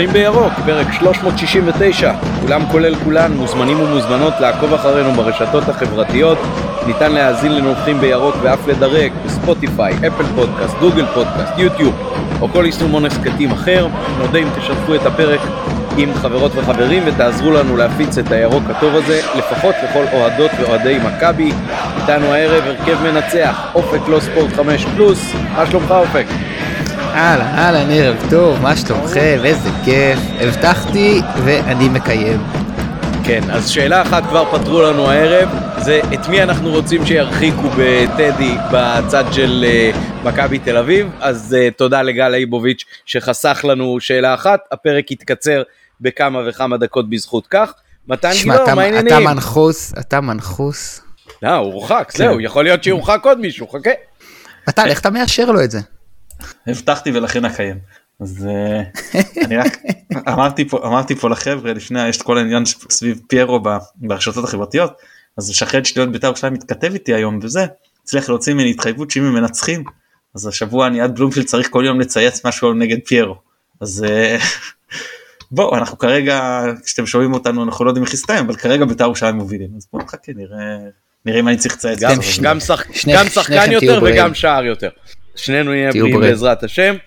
נובחים בירוק, פרק 369. כולם כולל כולן מוזמנים ומוזמנות לעקוב אחרינו ברשתות החברתיות. ניתן להאזין לנובחים בירוק ואף לדרג בספוטיפיי, אפל פודקאסט, גוגל פודקאסט, יוטיוב או כל יישומון הסכתים אחר. נודה אם תשתפו את הפרק עם חברות וחברים ותעזרו לנו להפיץ את הירוק הטוב הזה לפחות לכל אוהדות ואוהדי מכבי. איתנו הערב הרכב מנצח, אופק לא ספורט 5 פלוס. מה שלומך אופק? אהלן, ערב טוב, מה שלומכם? איזה כיף, הבטחתי ואני מקיים. כן, אז שאלה אחת כבר פתרו לנו הערב, זה את מי אנחנו רוצים שירחיקו בטדי בצד של מכבי תל אביב. אז תודה לגל איבוביץ' שחסך לנו שאלה אחת, הפרק יתקצר בכמה וכמה דקות בזכות כך. מתן גילאור, מה העניינים? אתה מנחוס. לא, הוא רוחק, זהו, יכול להיות שיורחק עוד מישהו, חכה. מתן, איך אתה מאשר לו את זה? הבטחתי ולכן אקיים. אז אני רק אמרתי פה לחבר'ה, לפני יש את כל העניין סביב פיירו ברשתות החברתיות, אז שחד שטויות בית"ר ירושלים מתכתב איתי היום וזה, הצליח להוציא ממני התחייבות שאם הם מנצחים, אז השבוע אני עד בלומפילד צריך כל יום לצייץ משהו נגד פיירו. אז בואו, אנחנו כרגע, כשאתם שומעים אותנו, אנחנו לא יודעים איך יסתיים, אבל כרגע בית"ר ירושלים מובילים, אז בואו נחכה, נראה אם אני צריך לצייץ. גם שחקן יותר וגם שער יותר. שנינו נהיה בריאים בעזרת השם.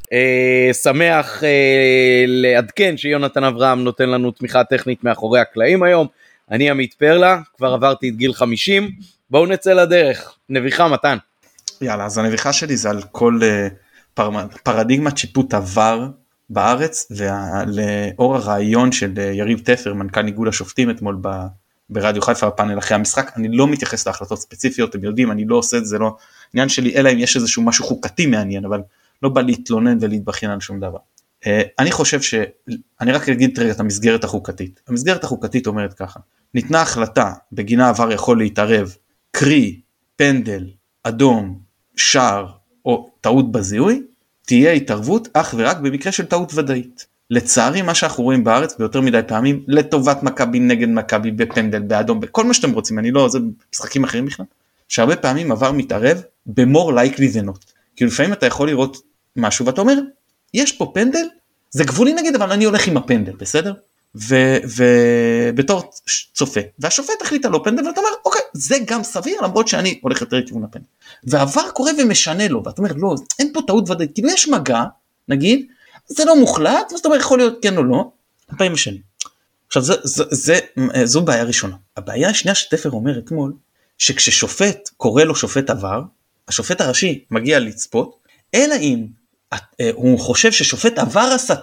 שמח לעדכן שיונתן אברהם נותן לנו תמיכה טכנית מאחורי הקלעים היום. אני עמית פרלה, כבר עברתי את גיל 50. בואו נצא לדרך. נביחה מתן. יאללה, אז הנביחה שלי זה על כל פרדיגמת שיפוט עבר בארץ, ולאור הרעיון של יריב תפר, מנכ"ל איגוד השופטים אתמול ברדיו חיפה בפאנל אחרי המשחק. אני לא מתייחס להחלטות ספציפיות, אתם יודעים, אני לא עושה את זה, לא עניין שלי, אלא אם יש איזשהו משהו חוקתי מעניין, אבל לא בא להתלונן ולהתבחין על שום דבר. אני חושב אני רק אגיד את המסגרת החוקתית. המסגרת החוקתית אומרת ככה, ניתנה החלטה בגינה עבר יכול להתערב, קרי, פנדל, אדום, שער או טעות בזיהוי, תהיה התערבות אך ורק במקרה של טעות ודאית. לצערי מה שאנחנו רואים בארץ ביותר מדי פעמים, לטובת מכבי נגד מכבי בפנדל, באדום, בכל מה שאתם רוצים, אני לא, זה משחקים אחרים בכלל, שהרבה פעמים עבר מתערב ב-more likely than not. כי לפעמים אתה יכול לראות משהו ואתה אומר, יש פה פנדל, זה גבולי נגד, אבל אני הולך עם הפנדל, בסדר? ובתור צופה, והשופט החליט לו פנדל, ואתה אומר, אוקיי, זה גם סביר, למרות שאני הולך יותר לכיוון הפנדל. ועבר קורה ומשנה לו, ואתה אומר, לא, אין פה טעות ודאית, כאילו יש מגע, נגיד, זה לא מוחלט, אז אתה אומר, יכול להיות כן או לא, הפעמים משנה. עכשיו, זו בעיה ראשונה. הבעיה השנייה שתפר אומר אתמול, שכששופט קורא לו שופט עבר, השופט הראשי מגיע לצפות, אלא אם הוא חושב ששופט עבר עשה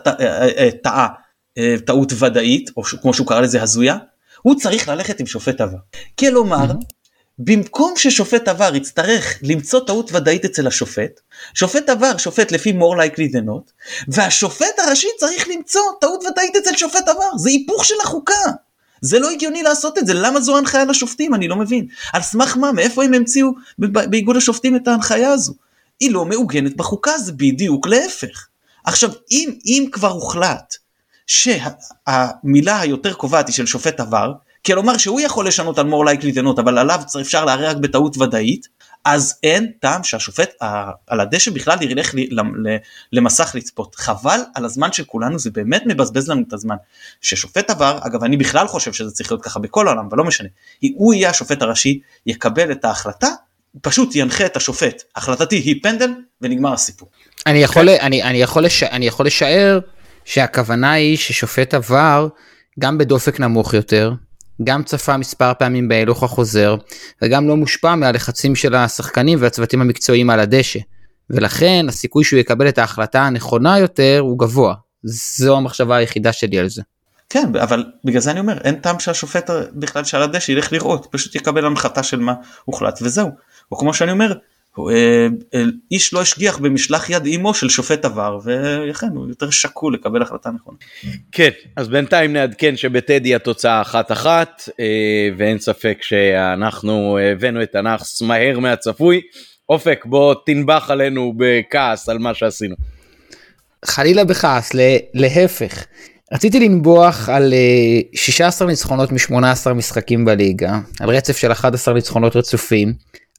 טעות ודאית, או כמו שהוא קרא לזה הזויה, הוא צריך ללכת עם שופט עבר. כלומר, במקום ששופט עבר יצטרך למצוא טעות ודאית אצל השופט, שופט עבר שופט לפי more likely than not, והשופט הראשי צריך למצוא טעות ודאית אצל שופט עבר. זה היפוך של החוקה. זה לא הגיוני לעשות את זה, למה זו ההנחיה לשופטים? אני לא מבין. על סמך מה? מאיפה הם המציאו באיגוד השופטים את ההנחיה הזו? היא לא מעוגנת בחוקה, זה בדיוק להפך. עכשיו, אם כבר הוחלט שהמילה היותר קובעת היא של שופט עבר, כלומר שהוא יכול לשנות על more likely than not, אבל עליו אפשר להראה רק בטעות ודאית, אז אין טעם שהשופט על הדשא בכלל ילך למסך לצפות. חבל על הזמן של כולנו, זה באמת מבזבז לנו את הזמן. ששופט עבר, אגב אני בכלל חושב שזה צריך להיות ככה בכל העולם, אבל לא משנה. הוא יהיה השופט הראשי, יקבל את ההחלטה, פשוט ינחה את השופט. החלטתי היא פנדל ונגמר הסיפור. אני יכול לשער שהכוונה היא ששופט עבר גם בדופק נמוך יותר, גם צפה מספר פעמים בהילוך החוזר, וגם לא מושפע מהלחצים של השחקנים והצוותים המקצועיים על הדשא, ולכן הסיכוי שהוא יקבל את ההחלטה הנכונה יותר הוא גבוה. זו המחשבה היחידה שלי על זה. כן, אבל בגלל זה אני אומר, אין טעם שהשופט בכלל שעל הדשא ילך לראות, פשוט יקבל הנחתה של מה הוחלט וזהו. או כמו שאני אומר, איש לא השגיח במשלח יד אימו של שופט עבר, ולכן הוא יותר שקול לקבל החלטה נכונה. כן, אז בינתיים נעדכן שבטדי התוצאה 1-1, ואין ספק שאנחנו הבאנו את הנאחס מהר מהצפוי. אופק, בוא תנבח עלינו בכעס על מה שעשינו. חלילה בכעס, להפך. רציתי לנבוח על 16 ניצחונות מ-18 משחקים בליגה, על רצף של 11 ניצחונות רצופים,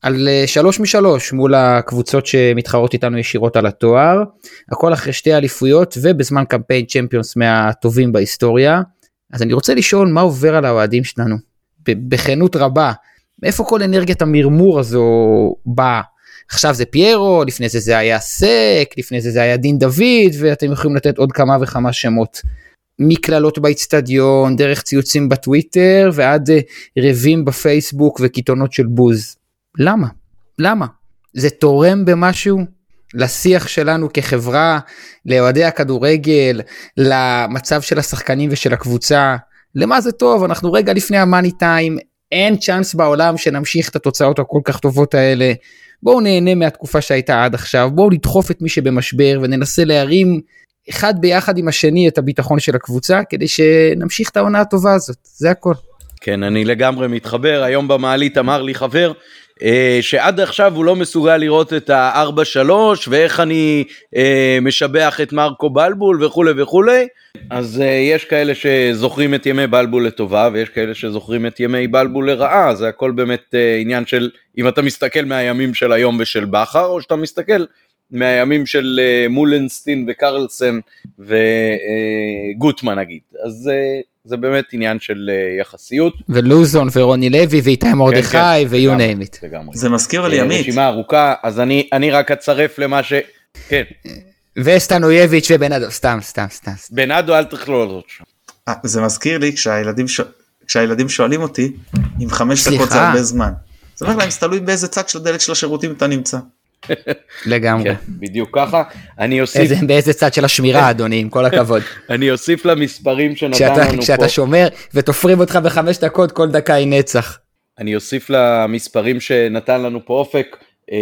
על 3-3 מול הקבוצות שמתחרות איתנו ישירות על התואר, הכל אחרי 2 אליפויות ובזמן קמפיין צ'מפיונס מהטובים בהיסטוריה. אז אני רוצה לשאול מה עובר על האוהדים שלנו, בכנות רבה, מאיפה כל אנרגיית המרמור הזו באה? עכשיו זה פיירו, לפני זה היה סק, לפני זה היה דין דוד, ואתם יכולים לתת עוד כמה וכמה שמות, מכללות באצטדיון, דרך ציוצים בטוויטר, ועד רבים בפייסבוק וקיתונות של בוז. למה? למה? זה תורם במשהו לשיח שלנו כחברה, לאוהדי הכדורגל, למצב של השחקנים ושל הקבוצה? למה זה טוב? אנחנו רגע לפני המאני טיים, אין צ'אנס בעולם שנמשיך את התוצאות הכל כך טובות האלה. בואו נהנה מהתקופה שהייתה עד עכשיו, בואו נדחוף את מי שבמשבר וננסה להרים אחד ביחד עם השני את הביטחון של הקבוצה, כדי שנמשיך את העונה הטובה הזאת, זה הכל. כן, אני לגמרי מתחבר. היום במעלית אמר לי חבר שעד עכשיו הוא לא מסוגל לראות את ה-4-3 ואיך אני משבח את מרקו בלבול וכו' וכו'. אז יש כאלה שזוכרים את ימי בלבול לטובה ויש כאלה שזוכרים את ימי בלבול לרעה. זה הכל באמת עניין של אם אתה מסתכל מהימים של היום ושל בחר, או שאתה מסתכל מהימים של מולנסטין וקרלסן וגוטמן נגיד. אז זה באמת עניין של יחסיות. ולוזון ורוני לוי ואיתי מרדכי ויו נעמית. זה מזכיר לי ימית. רשימה ארוכה, אז אני רק אצרף למה ש... כן. וסטנויביץ' ובנאדו, סתם. בנאדו אל תכלול עוד שם. זה מזכיר לי כשהילדים שואלים אותי, אם 5 דקות זה הרבה זמן. זה אומר להם, זה תלוי באיזה צד של הדלת של השירותים אתה נמצא. לגמרי. כן, בדיוק ככה. אני אוסיף... באיזה צד של השמירה, אדוני, עם כל הכבוד. אני אוסיף למספרים שנתן לנו פה. כשאתה שומר ותופרים אותך ב5 דקות, כל דקה היא נצח. אני אוסיף למספרים שנתן לנו פה אופק,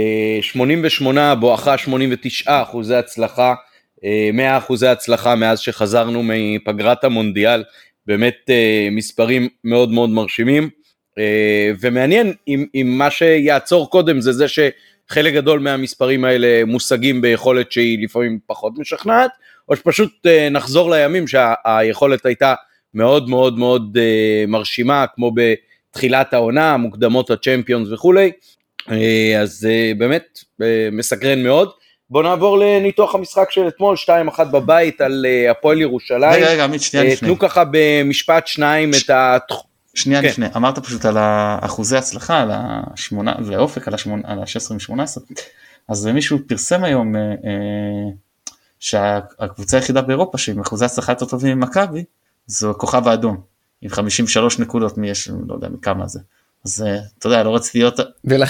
88 בואכה 89% הצלחה, 100% הצלחה מאז שחזרנו מפגרת המונדיאל, באמת מספרים מאוד מאוד מרשימים, ומעניין אם מה שיעצור קודם זה שחלק גדול מהמספרים האלה מושגים ביכולת שהיא לפעמים פחות משכנעת, או שפשוט נחזור לימים שהיכולת הייתה מאוד מאוד מאוד מרשימה, כמו בתחילת העונה, מוקדמות הצ'מפיונס וכולי. אז באמת מסקרן מאוד. בוא נעבור לניתוח המשחק של אתמול, 2-1 בבית על הפועל ירושלים. רגע, עמית, שנייה לפני. תנו ככה במשפט שניים את ה... שנייה לפני, אמרת פשוט על אחוזי הצלחה, על השמונה, ואופק על ה-16 מ-18, אז מישהו פרסם היום שהקבוצה היחידה באירופה שעם אחוזי הצלחה יותר טובים ממכבי, זו כוכב האדום, עם 53 נקודות, מי יש, לא יודע מכמה זה. אז אתה יודע, לא רציתי להיות...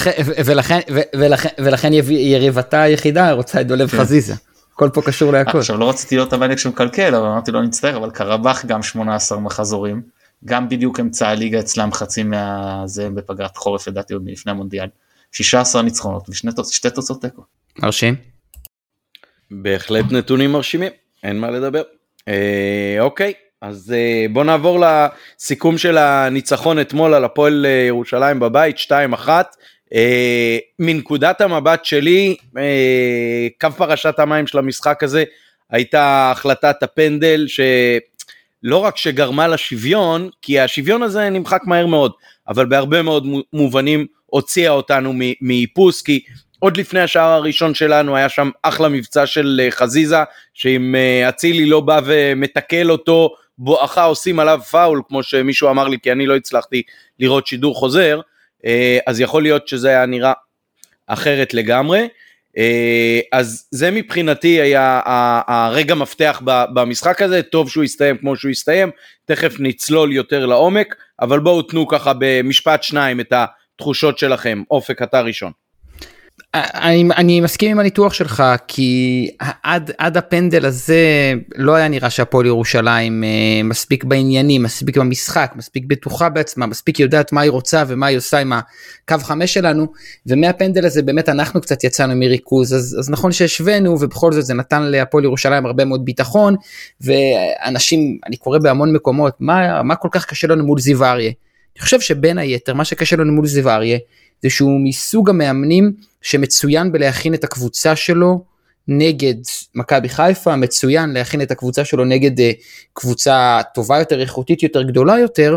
ולכן יריבתה היחידה רוצה את דולב חזיזה. הכל פה קשור להכל. עכשיו לא רציתי להיות המניאק שמקלקל, אבל אמרתי לא נצטער, אבל קרבח גם 18 מחזורים, גם בדיוק אמצע הליגה אצלם חצי מהזה בפגרת חורף, לדעתי עוד מלפני המונדיאל. 16 ניצחונות ושתי תוצאות תיקו. מרשים. בהחלט נתונים מרשימים, אין מה לדבר. אוקיי. אז בוא נעבור לסיכום של הניצחון אתמול על הפועל ירושלים בבית, 2-1, מנקודת המבט שלי, קו פרשת המים של המשחק הזה, הייתה החלטת הפנדל, שלא רק שגרמה לשוויון, כי השוויון הזה נמחק מהר מאוד, אבל בהרבה מאוד מובנים הוציאה אותנו מאיפוס, כי עוד לפני השער הראשון שלנו היה שם אחלה מבצע של חזיזה, שאם אצילי לא בא ומתקל אותו, בואכה עושים עליו פאול, כמו שמישהו אמר לי, כי אני לא הצלחתי לראות שידור חוזר, אז יכול להיות שזה היה נראה אחרת לגמרי, אז זה מבחינתי היה הרגע מפתח במשחק הזה, טוב שהוא יסתיים כמו שהוא יסתיים, תכף נצלול יותר לעומק, אבל בואו תנו ככה במשפט שניים את התחושות שלכם, אופק אתה ראשון. אני מסכים עם הניתוח שלך, כי עד הפנדל הזה לא היה נראה שהפועל ירושלים מספיק בעניינים, מספיק במשחק, מספיק בטוחה בעצמה, מספיק יודעת מה היא רוצה ומה היא עושה עם הקו 5 שלנו, ומהפנדל הזה באמת אנחנו קצת יצאנו מריכוז, אז נכון שהשווינו, ובכל זאת זה נתן להפועל ירושלים הרבה מאוד ביטחון, ואנשים, אני קורא בהמון מקומות, מה כל כך קשה לנו מול זיו אריה? אני חושב שבין היתר, מה שקשה לנו מול זיו אריה, זה שהוא מסוג המאמנים שמצוין בלהכין את הקבוצה שלו נגד מכבי חיפה, מצוין להכין את הקבוצה שלו נגד קבוצה טובה יותר, איכותית יותר, גדולה יותר,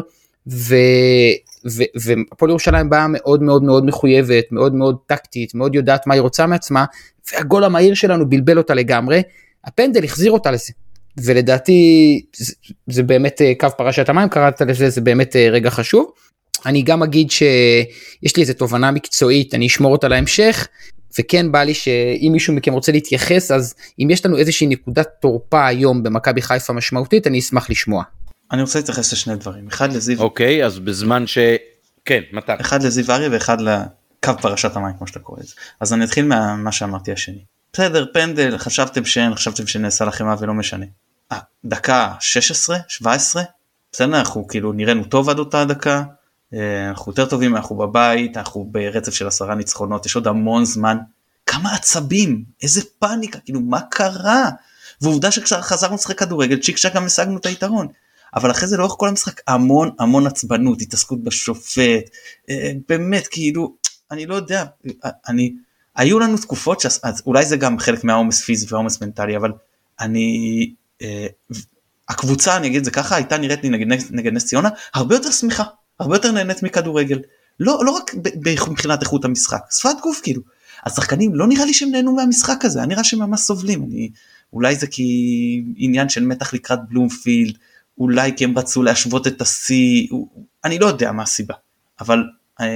והפועל ירושלים באה מאוד מאוד מאוד מחויבת, מאוד מאוד טקטית, מאוד יודעת מה היא רוצה מעצמה, והגול המהיר שלנו בלבל אותה לגמרי, הפנדל החזיר אותה לזה, ולדעתי זה באמת קו פרשת המים, קראת לזה, זה באמת רגע חשוב. אני גם אגיד שיש לי איזו תובנה מקצועית, אני אשמור אותה להמשך, וכן בא לי שאם מישהו מכם רוצה להתייחס, אז אם יש לנו איזושהי נקודת תורפה היום במכבי חיפה משמעותית, אני אשמח לשמוע. אני רוצה להתייחס לשני דברים, אחד לזיו. אוקיי, אז בזמן כן, מתן. אחד לזיו אריה ואחד לקו פרשת המים, כמו שאתה קורא לזה. אז אני אתחיל מה שאמרתי השני. בסדר, פנדל, חשבתם שנעשה לכם מה ולא משנה. דקה 16, 17, בסדר, אנחנו כאילו נראינו טוב עד אותה דקה, אנחנו יותר טובים, אנחנו בבית, אנחנו ברצף של 10 ניצחונות, יש עוד המון זמן, כמה עצבים, איזה פאניקה, כאילו מה קרה? ועובדה שכשחזרנו לשחק כדורגל, צ'יק צ'ק גם השגנו את היתרון, אבל אחרי זה לאורך כל המשחק, המון עצבנות, התעסקות בשופט, באמת כאילו, אני לא יודע, היו לנו תקופות, אולי זה גם חלק מהעומס פיזי והעומס מנטלי, אבל הקבוצה, אני אגיד את זה ככה, הייתה נראית לי נגד נס ציונה, הרבה יותר שמחה, הרבה יותר נהנית מכדורגל, לא רק מבחינת איכות המשחק, שפת גוף כאילו, השחקנים לא נראה לי שהם נהנו מהמשחק הזה, אני נראה שהם ממש סובלים, אולי זה כי עניין של מתח לקראת בלומפילד, אולי כי הם רצו להשוות את השיא, אני לא יודע מה הסיבה, אבל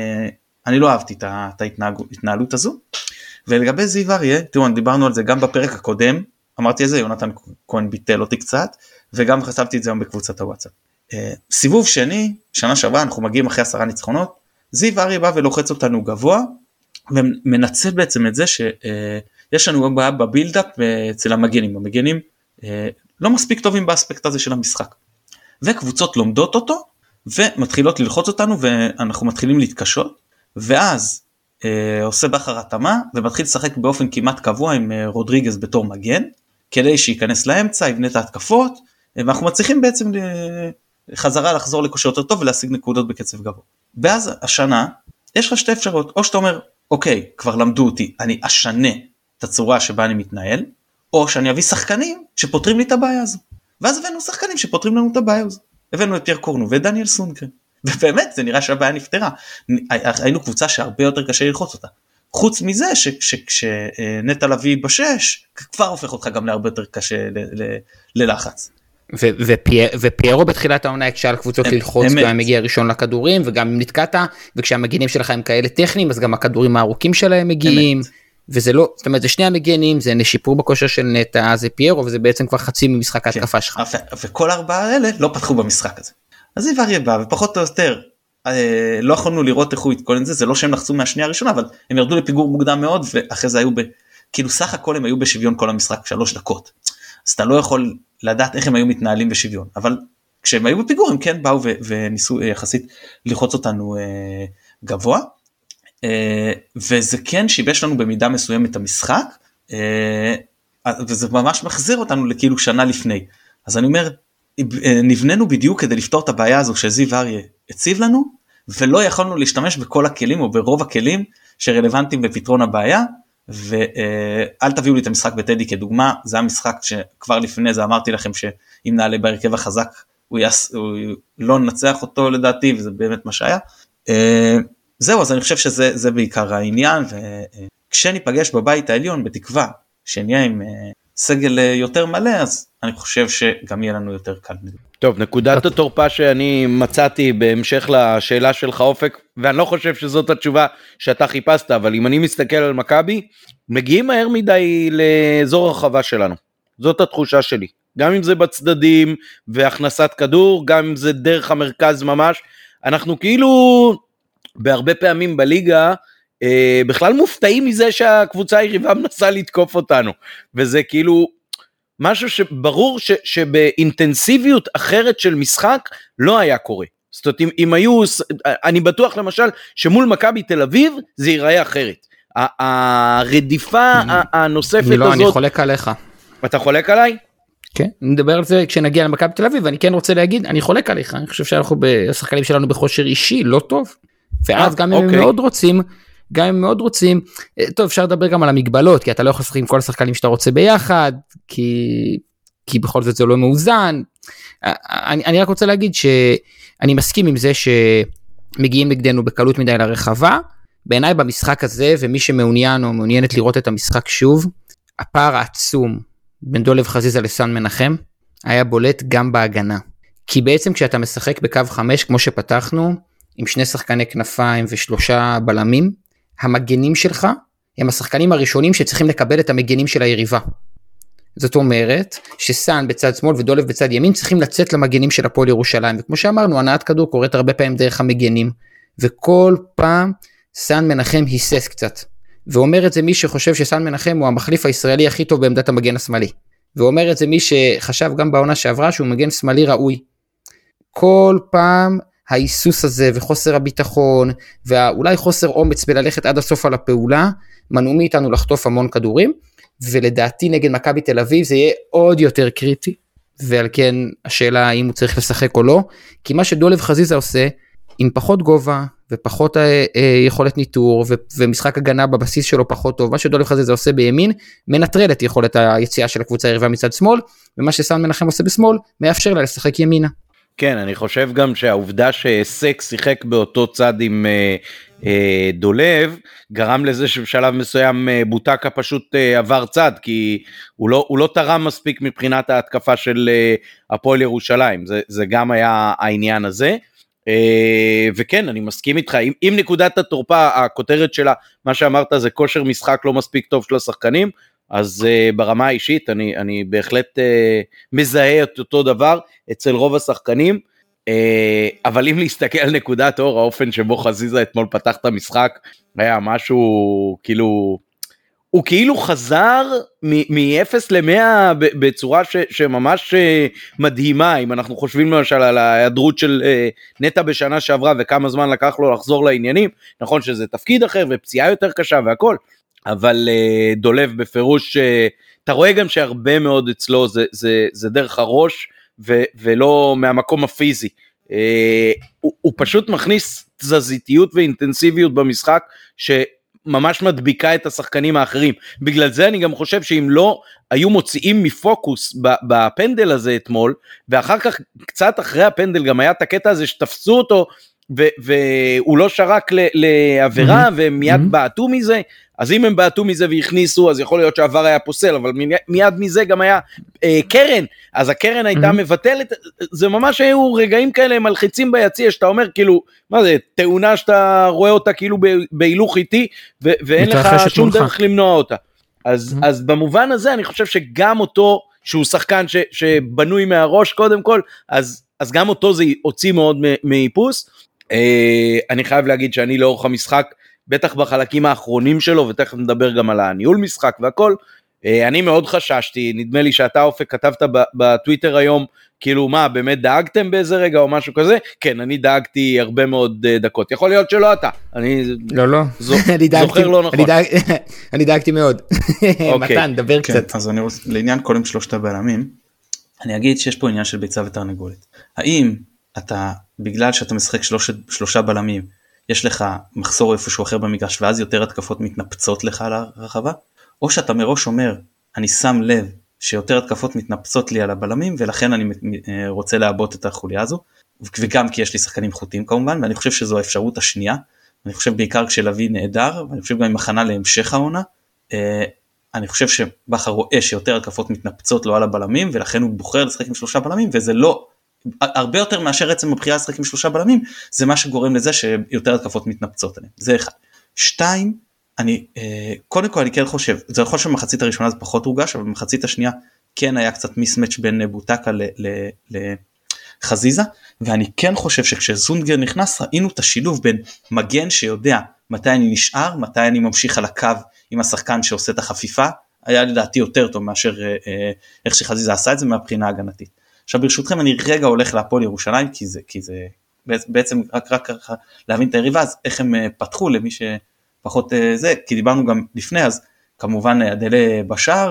אני לא אהבתי את ההתנהלות הזו, ולגבי זיו אריה, תראו, דיברנו על זה גם בפרק הקודם, אמרתי את זה, יונתן כהן ביטל אותי קצת, וגם חשבתי את זה היום בקבוצת הוואטסאפ. סיבוב שני, שנה שעברה, אנחנו מגיעים אחרי 10 ניצחונות, זיו אריה בא ולוחץ אותנו גבוה, ומנצל בעצם את זה שיש לנו בעיה בבילדאפ אצל המגנים, המגנים לא מספיק טובים באספקט הזה של המשחק, וקבוצות לומדות אותו, ומתחילות ללחוץ אותנו, ואנחנו מתחילים להתקשות, ואז עושה בחר התאמה, ומתחיל לשחק באופן כמעט קבוע עם רודריגז בתור מגן, כדי שייכנס לאמצע, יבנה את ההתקפות, ואנחנו מצליחים בעצם חזרה לחזור לכושר יותר טוב, ולהשיג נקודות בקצב גבוה. ואז השנה, יש לך 2 אפשרות, או שאתה אומר, אוקיי, כבר למדו אותי, אני אשנה את הצורה שבה אני מתנהל, או שאני אביא שחקנים שפותרים לי את הבעיה הזו. ואז הבאנו שחקנים שפותרים לנו את הבעיה הזו. הבאנו את פייר קורנו ודניאל סונגרן. ובאמת זה נראה שהבעיה נפתרה. היינו קבוצה שהרבה יותר קשה ללחוץ אותה. חוץ מזה שכשנטע לביא בשש, כבר הופך אותך גם להרבה יותר קשה ללחץ. ופיירו בתחילת העונה הקשה על קבוצות ללחוץ, גם מגיע ראשון לכדורים, וגם אם נתקעת, וכשהמגינים שלך הם כאלה טכניים, אז גם הכדורים הארוכים שלהם מגיעים, וזה לא, זאת אומרת, זה שני המגנים, זה שיפור בכושר של נטע, זה פיירו, וזה בעצם כבר חצי ממשחק ההתקפה שלך. וכל 4 האלה לא פתחו במשחק הזה. אז זה כבר יבא, ופחות או יותר, לא יכולנו לראות איך הוא יתכונן זה, זה לא שהם לחצו מהשנייה הראשונה, אבל הם ירדו לפיגור מוקדם מאוד, ואחרי זה היו כאילו סך הכל הם היו בשוויון כל המשחק, 3 דקות. אז אתה לא יכול לדעת איך הם היו מתנהלים בשוויון, אבל כשהם היו בפיגור הם כן באו וניסו יחסית ללחוץ אותנו גבוה, וזה כן שיבש לנו במידה מסוימת המשחק, וזה ממש מחזיר אותנו לכאילו שנה לפני. אז אני אומר, נבננו בדיוק כדי לפתור את הבעיה הזו שזיו אריה הציב לנו, ולא יכולנו להשתמש בכל הכלים או ברוב הכלים שרלוונטיים בפתרון הבעיה, ואל תביאו לי את המשחק בטדי כדוגמה, זה המשחק שכבר לפני זה אמרתי לכם שאם נעלה בהרכב החזק הוא לא ננצח אותו לדעתי, וזה באמת מה שהיה. זהו, אז אני חושב שזה בעיקר העניין, וכשניפגש בבית העליון בתקווה שנהיה עם סגל יותר מלא, אז אני חושב שגם יהיה לנו יותר קל. טוב, נקודת התורפה שאני מצאתי בהמשך לשאלה שלך אופק, ואני לא חושב שזאת התשובה שאתה חיפשת, אבל אם אני מסתכל על מכבי, מגיעים מהר מדי לאזור הרחבה שלנו. זאת התחושה שלי. גם אם זה בצדדים והכנסת כדור, גם אם זה דרך המרכז ממש, אנחנו כאילו בהרבה פעמים בליגה, בכלל מופתעים מזה שהקבוצה היריבה מנסה לתקוף אותנו, וזה כאילו משהו שברור שבאינטנסיביות אחרת של משחק לא היה קורה. זאת אומרת, אם היו, אני בטוח למשל שמול מכבי תל אביב זה ייראה אחרת. הרדיפה הנוספת הזאת. לא, אני חולק עליך. אתה חולק עליי? כן, נדבר על זה כשנגיע למכבי תל אביב, ואני כן רוצה להגיד, אני חולק עליך, אני חושב שאנחנו בשחקנים שלנו בכושר אישי לא טוב, ואז גם אם הם מאוד רוצים, טוב, אפשר לדבר גם על המגבלות, כי אתה לא יכול לשחק עם כל השחקנים שאתה רוצה ביחד, כי בכל זאת זה לא מאוזן, אני רק רוצה להגיד שאני מסכים עם זה שמגיעים נגדנו בקלות מדי לרחבה, בעיניי במשחק הזה, ומי שמעוניין או מעוניינת לראות את המשחק שוב, הפער העצום בין דולב חזיזה לסן מנחם, היה בולט גם בהגנה. כי בעצם כשאתה משחק בקו 5, כמו שפתחנו, עם 2 שחקני כנפיים ו3 בלמים, המגנים שלך, הם השחקנים הראשונים שצריכים לקבל את המגנים של היריבה. זאת אומרת, שסן בצד שמאל ודולב בצד ימין, צריכים לצאת למגנים של הפועל ירושלים, וכמו שאמרנו, הנעת כדור קורית הרבה פעמים דרך המגנים, וכל פעם סן מנחם היסס קצת, ואומר את זה מי שחושב שסן מנחם הוא המחליף הישראלי הכי טוב בעמדת המגן השמאלי, ואומר את זה מי שחשב גם בעונה שעברה שהוא מגן שמאלי ראוי. כל פעם ההיסוס הזה וחוסר הביטחון, ואולי חוסר אומץ בללכת עד הסוף על הפעולה, מנעו מאיתנו לחטוף המון כדורים, ולדעתי נגד מכבי תל אביב זה יהיה עוד יותר קריטי, ועל כן השאלה האם הוא צריך לשחק או לא, כי מה שדולב חזיזה עושה, עם פחות גובה, ופחות יכולת ניטור, ומשחק הגנה בבסיס שלו פחות טוב, מה שדולב חזיזה עושה בימין, מנטרל את יכולת היציאה של הקבוצה היריבה מצד שמאל, ומה שסן מנחם עושה בשמאל, מאפשר לה לשחק ימינה. כן, אני חושב גם שהעובדה שסק שיחק באותו צד עם דולב, גרם לזה שבשלב מסוים בוטקה פשוט עבר צד, כי הוא לא תרם מספיק מבחינת ההתקפה של הפועל ירושלים, זה גם היה העניין הזה, וכן, אני מסכים איתך, אם נקודת התורפה, הכותרת שלה, מה שאמרת זה כושר משחק לא מספיק טוב של השחקנים, אז ברמה האישית אני בהחלט מזהה את אותו דבר אצל רוב השחקנים, אבל אם להסתכל על נקודת אור, האופן שבו חזיזה אתמול פתח את המשחק, היה משהו כאילו, הוא כאילו חזר מ-0 ל-100 בצורה שממש מדהימה, אם אנחנו חושבים למשל על ההיעדרות של נטע בשנה שעברה, וכמה זמן לקח לו לחזור לעניינים, נכון שזה תפקיד אחר ופציעה יותר קשה והכל, אבל דולב בפירוש, אתה רואה גם שהרבה מאוד אצלו זה דרך הראש, ולא מהמקום הפיזי, הוא פשוט מכניס תזזיתיות ואינטנסיביות במשחק, שממש מדביקה את השחקנים האחרים, בגלל זה אני גם חושב שאם לא היו מוציאים מפוקוס בפנדל הזה אתמול, ואחר כך קצת אחרי הפנדל גם היה את הקטע הזה שתפסו אותו, והוא לא שרק לעבירה, ומיד בעטו מזה, אז אם הם בעטו מזה והכניסו, אז יכול להיות שהעבר היה פוסל, אבל מיד מזה גם היה קרן, אז הקרן הייתה מבטלת, זה ממש היו רגעים כאלה מלחיצים ביציע, שאתה אומר כאילו, מה זה, תאונה שאתה רואה אותה כאילו בהילוך איתי, ואין לך שום דרך למנוע אותה, אז במובן הזה אני חושב שגם אותו, שהוא שחקן שבנוי מהראש קודם כל, אז גם אותו זה הוציא מאוד מאיפוס, אני חייב להגיד שאני לאורך המשחק, בטח בחלקים האחרונים שלו, ותכף נדבר גם על הניהול משחק והכל, אני מאוד חששתי, נדמה לי שאתה אופק כתבת בטוויטר היום, כאילו מה, באמת דאגתם באיזה רגע או משהו כזה? כן, אני דאגתי הרבה מאוד דקות, יכול להיות שלא אתה, אני לא. זוכר לא נכון. אני דאגתי מאוד, מתן, דבר קצת. אז אני רוצה, לעניין קודם 3 הבלמים, אני אגיד שיש פה עניין של ביצה ותרנגולת, האם אתה, בגלל שאתה משחק 3 בלמים, יש לך מחסור איפשהו אחר במגרש, ואז יותר התקפות מתנפצות לך על הרחבה, או שאתה מראש אומר, אני שם לב שיותר התקפות מתנפצות לי על הבלמים, ולכן אני רוצה לעבוד את החוליה הזו, וגם כי יש לי שחקנים חוטים כמובן, ואני חושב שזו האפשרות השנייה, אני חושב בעיקר כשלוי נהדר, ואני חושב גם עם הכנה להמשך העונה, אני חושב שבחר רואה שיותר התקפות מתנפצות לו על הבלמים, ולכן הוא בוחר לשחק עם 3 בלמים, וזה לא, הרבה יותר מאשר עצם הבחירה לשחק עם 3 בלמים, זה מה שגורם לזה שיותר התקפות מתנפצות עליהם, זה אחד. 2, קודם כל אני כן חושב, זה יכול שמחצית הראשונה זה פחות רוגש, אבל במחצית השנייה כן היה קצת מיסמץ' בין בוטקה לחזיזה, ואני כן חושב שכשזונגר נכנס, ראינו את השילוב בין מגן שיודע מתי אני נשאר, מתי אני ממשיך על הקו עם השחקן שעושה את החפיפה, היה לדעתי יותר טוב מאשר איך שחזיזה עשה את זה מהבחינה ההגנתית. עכשיו ברשותכם אני רגע הולך להפועל ירושלים, כי זה בעצם רק להבין את היריבה, אז איך הם פתחו למי שפחות זה, כי דיברנו גם לפני, אז כמובן אדלה בשער,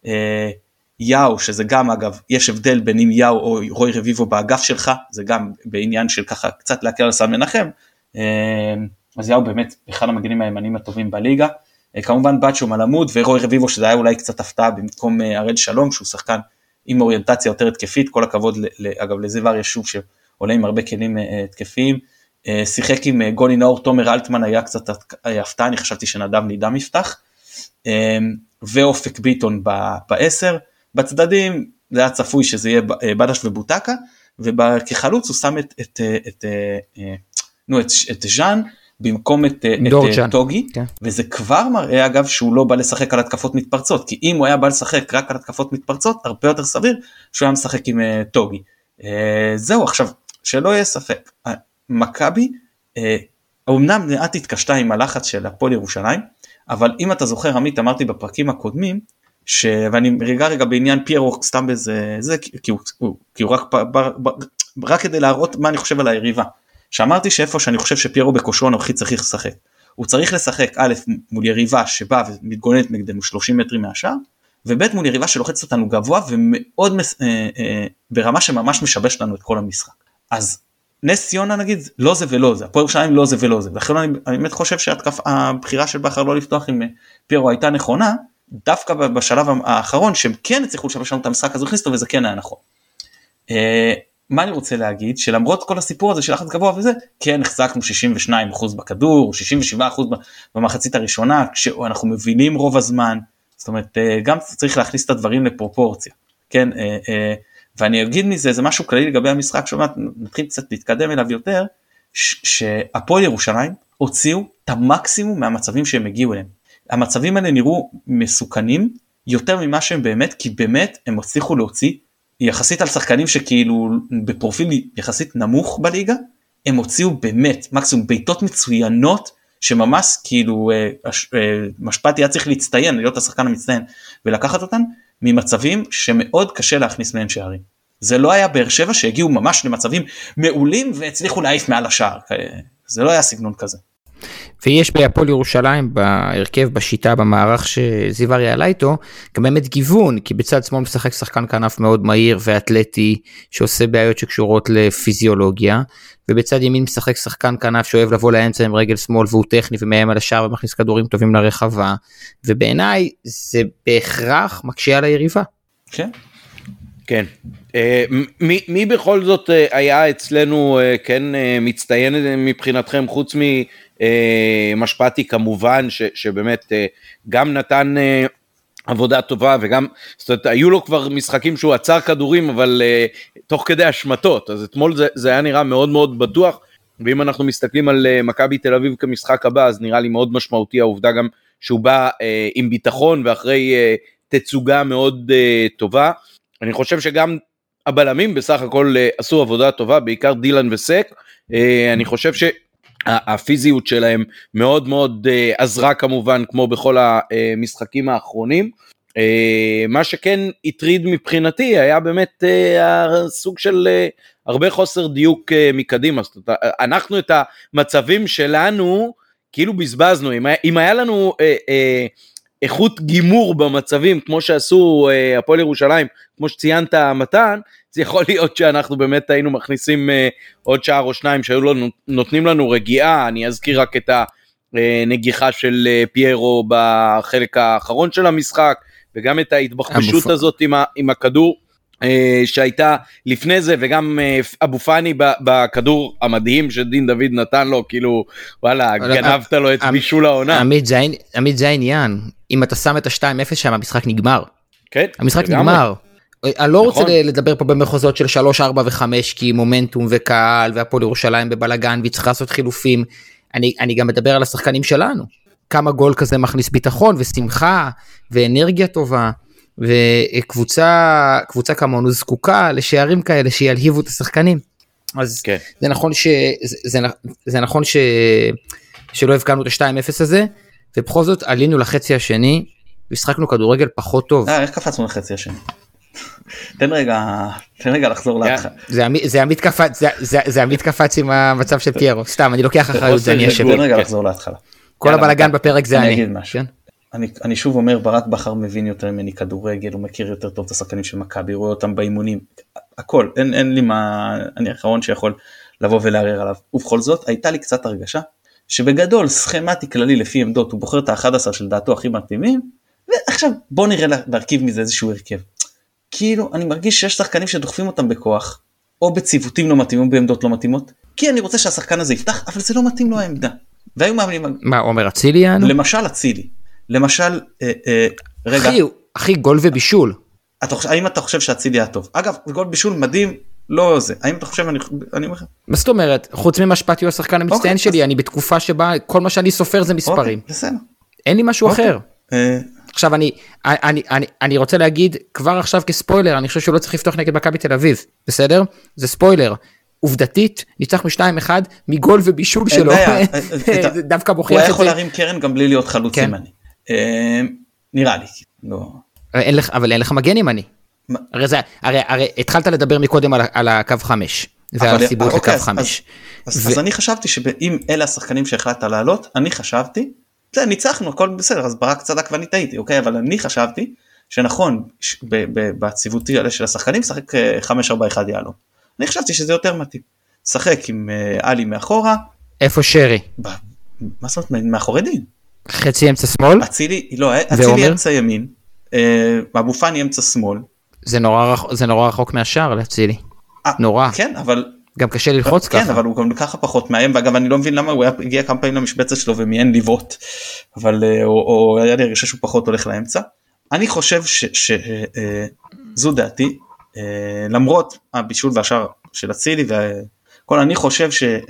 יאו, שזה גם אגב, יש הבדל בין אם יאו או רוי רביבו באגף שלך, זה גם בעניין של ככה קצת להקל על סן מנחם, אז יאו באמת אחד המגנים הימנים הטובים בליגה, כמובן בצ'ו מלמוד ורוי רביבו שזה היה אולי קצת הפתעה במקום ארד שלום שהוא שחקן עם אוריינטציה יותר התקפית, כל הכבוד אגב לזיו ישוב שעולה עם הרבה כלים התקפיים, שיחק עם גולי נאור, תומר אלטמן היה קצת הפתעה, אני חשבתי שנדב נידם יפתח, ואופק ביטון ב10, בצדדים זה היה צפוי שזה יהיה בדש ובוטקה, וכחלוץ הוא שם את ז'אן, במקום את טוגי, וזה כבר מראה אגב שהוא לא בא לשחק על התקפות מתפרצות, כי אם הוא היה בא לשחק רק על התקפות מתפרצות, הרבה יותר סביר שהוא היה משחק עם טוגי. זהו, עכשיו, שלא יהיה ספק, מכבי, אמנם מעט התקשתה עם הלחץ של הפועל ירושלים, אבל אם אתה זוכר, עמית, אמרתי בפרקים הקודמים, ואני רגע בעניין פיירו סתם בזה, כי הוא רק כדי להראות מה אני חושב על היריבה, שאמרתי שאיפה שאני חושב שפיירו בכושרו הנוכחי צריך לשחק, הוא צריך לשחק א' מול יריבה שבאה ומתגוננת נגדנו 30 מטרים מהשאר, וב' מול יריבה שלוחצת אותנו גבוה, ומאוד ברמה שממש משבש לנו את כל המשחק. אז נס ציונה נגיד, לא זה ולא זה, הפועל ירושלים לא זה ולא זה, ולכן אני באמת חושב שהבחירה של בכר לא לפתוח עם פיירו הייתה נכונה, דווקא בשלב האחרון, שהם כן הצליחו לשבש לנו את המשחק, אז הוא הכניס אותו, וזה כן היה נכון. מה אני רוצה להגיד? שלמרות כל הסיפור הזה של לחץ גבוה וזה, כן החזקנו 62% בכדור, 67% במחצית הראשונה, כשאנחנו מבינים רוב הזמן, זאת אומרת, גם צריך להכניס את הדברים לפרופורציה, כן, ואני אגיד מזה, זה משהו כללי לגבי המשחק, שאומרת, נתחיל קצת להתקדם אליו יותר, שהפועל ירושלים הוציאו את המקסימום מהמצבים שהם הגיעו אליהם. המצבים האלה נראו מסוכנים יותר ממה שהם באמת, כי באמת הם הצליחו להוציא, יחסית על שחקנים שכאילו בפרופיל יחסית נמוך בליגה, הם הוציאו באמת מקסימום בעיטות מצוינות, שממש כאילו משפט היה צריך להצטיין, להיות השחקן המצטיין, ולקחת אותן ממצבים שמאוד קשה להכניס מהן שערים. זה לא היה באר שבע שהגיעו ממש למצבים מעולים, והצליחו להעיף מעל השער, זה לא היה סגנון כזה. ויש בהפועל ירושלים, בהרכב, בשיטה, במערך שזיו יעלה איתו, גם באמת גיוון, כי בצד שמאל משחק שחקן כנף מאוד מהיר ואתלטי, שעושה בעיות שקשורות לפיזיולוגיה, ובצד ימין משחק שחקן כנף שאוהב לבוא לאמצע עם רגל שמאל, והוא טכני ומאיים על השער ומכניס כדורים טובים לרחבה, ובעיניי זה בהכרח מקשה על היריבה. כן. כן. מי בכל זאת היה אצלנו כן מצטיין מבחינתכם, חוץ משפטי כמובן, שבאמת גם נתן עבודה טובה, וגם, זאת אומרת, היו לו כבר משחקים שהוא עצר כדורים, אבל תוך כדי השמטות, אז אתמול זה היה נראה מאוד מאוד בטוח, ואם אנחנו מסתכלים על מכבי תל אביב כמשחק הבא, אז נראה לי מאוד משמעותי העובדה גם שהוא בא עם ביטחון, ואחרי תצוגה מאוד טובה. אני חושב שגם הבלמים בסך הכל עשו עבודה טובה, בעיקר דילן וסק. אני חושב שהפיזיות שלהם מאוד מאוד עזרה כמובן, כמו בכל המשחקים האחרונים. מה שכן הטריד מבחינתי היה באמת הסוג של הרבה חוסר דיוק מקדימה. זאת אומרת, אנחנו את המצבים שלנו כאילו בזבזנו. אם היה לנו איכות גימור במצבים, כמו שעשו הפועל ירושלים, כמו שציינת מתן, זה יכול להיות שאנחנו באמת היינו מכניסים עוד שער או שניים, שהיו לנו, נותנים לנו רגיעה. אני אזכיר רק את הנגיחה של פיירו בחלק האחרון של המשחק, וגם את ההתבחבשות הזאת עם הכדור, שהייתה לפני זה, וגם אבו פאני בכדור המדהים שדין דוד נתן לו, כאילו וואלה, גנבת לו את בישול העונה. עמית, זה העניין, אם אתה שם את ה-2-0 שם, המשחק נגמר. כן, המשחק נגמר. אני לא רוצה לדבר פה במחוזות של 3, 4 ו-5, כי מומנטום וקהל, והפועל ירושלים בבלגן, וצריך לעשות חילופים. אני גם מדבר על השחקנים שלנו. כמה גול כזה מכניס ביטחון ושמחה ואנרגיה טובה. וקבוצה כמונו זקוקה לשערים כאלה שילהיבו את השחקנים. אז כן. זה נכון שלא הבקענו את ה-2-0 הזה, ובכל זאת עלינו לחצי השני, והשחקנו כדורגל פחות טוב. איך קפצנו לחצי השני? תן רגע לחזור להתחלה. זה עמית קפץ עם המצב של פיירו, סתם, אני לוקח אחריות, זה אני אשב. תן רגע לחזור להתחלה. כל הבלגן בפרק זה אני. אני שוב אומר, ברק בכר מבין יותר ממני כדורגל, הוא מכיר יותר טוב את השחקנים של מכבי, רואה אותם באימונים, הכל, אין לי מה, אני האחרון שיכול לבוא ולערער עליו. ובכל זאת, הייתה לי קצת הרגשה, שבגדול, סכמטי כללי לפי עמדות, הוא בוחר את ה-11 של דעתו הכי מתאימים, ועכשיו בוא נראה להרכיב מזה איזשהו הרכב. כאילו אני מרגיש שיש שחקנים שדוחפים אותם בכוח, או בציוותים לא מתאימים, או בעמדות לא מתאימות, כי אני רוצה שהשחקן הזה יפתח, אבל זה לא מתאים לו העמדה. והיו מאמנים... מה, עומר אצילי יענו? למשל אצילי. למשל, רגע. אחי, גול ובישול. האם אתה חושב שאצילי היה טוב? אגב, גול בישול מדהים, לא זה. האם אתה חושב, אני אומר... מה זאת אומרת? חוץ ממה שפעתי הוא השחקן המצטיין שלי, אני בתקופה שבה כל מה שאני סופר זה מספרים. בסדר. אין לי משהו אחר. עכשיו אני רוצה להגיד כבר עכשיו כספוילר, אני חושב שהוא לא צריך לפתוח נגד מכבי תל אביב, בסדר? זה ספוילר. עובדתית, ניצחנו 2-1 מגול ובישול שלו. דווקא מוכיח את זה. הוא היה יכול להרים קרן גם בלי להיות חלוץ ימני. נראה לי. אבל אין לך מגן ימני. הרי התחלת לדבר מקודם על הקו 5. ועל הסיבות לקו 5. אז אני חשבתי שאם אלה השחקנים שהחלטת לעלות, אני חשבתי, ניצחנו, הכל בסדר, אז ברק צדק ואני טעיתי, אוקיי? אבל אני חשבתי שנכון, בציוותי האלה של השחקנים, שחק 5-4-1 יעלו. אני חשבתי שזה יותר מתאים. שחק עם אלי מאחורה. איפה שרי? מה זאת אומרת? מאחורי דין. חצי אמצע שמאל? אצילי אמצע ימין, אבו פאני אמצע שמאל. זה נורא רחוק מהשאר לאצילי. נורא. כן, אבל... גם קשה ללחוץ ככה. כן, אבל הוא גם ככה פחות מאיים, ואגב אני לא מבין למה הוא הגיע כמה פעמים למשבצת שלו ומיין ליוות, אבל או היה לי הרגשה שהוא פחות הולך לאמצע. אני חושב שזו דעתי, למרות הבישול והשאר של אצילי וכל, אני חושב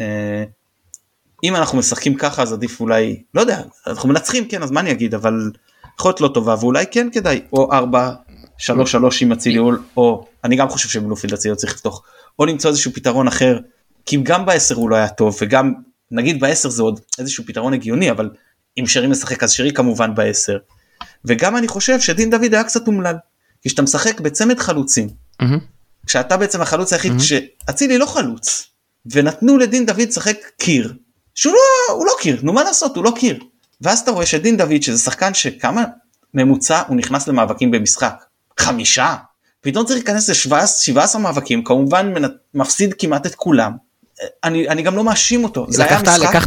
שאם אנחנו משחקים ככה אז עדיף אולי, לא יודע, אנחנו מנצחים כן, אז מה אני אגיד, אבל יכול להיות לא טובה, ואולי כן כדאי, או 4-3-3 עם אצילי, או אני גם חושב שבלופילד אצילי צריך לפתוח, או למצוא איזשהו פתרון אחר, כי גם ב10 הוא לא היה טוב, וגם נגיד ב10 זה עוד איזשהו פתרון הגיוני, אבל אם שרי משחק אז שרי כמובן ב10, וגם אני חושב שדין דוד היה קצת אומלל, כי שאתה משחק בצמד חלוצים, כשאתה בעצם החלוץ היחיד, שאצילי לא חלוץ, ונתנו לדין דוד שחק קיר, שהוא לא קיר, נו מה לעשות, הוא לא קיר, ואז אתה רואה שדין דוד, שזה שחקן שכמה ממוצע הוא נכנס למאבקים במשחק, 5, פתאום צריך להיכנס ל-17 מאבקים, כמובן מפסיד כמעט את כולם, אני גם לא מאשים אותו, זה היה משחק...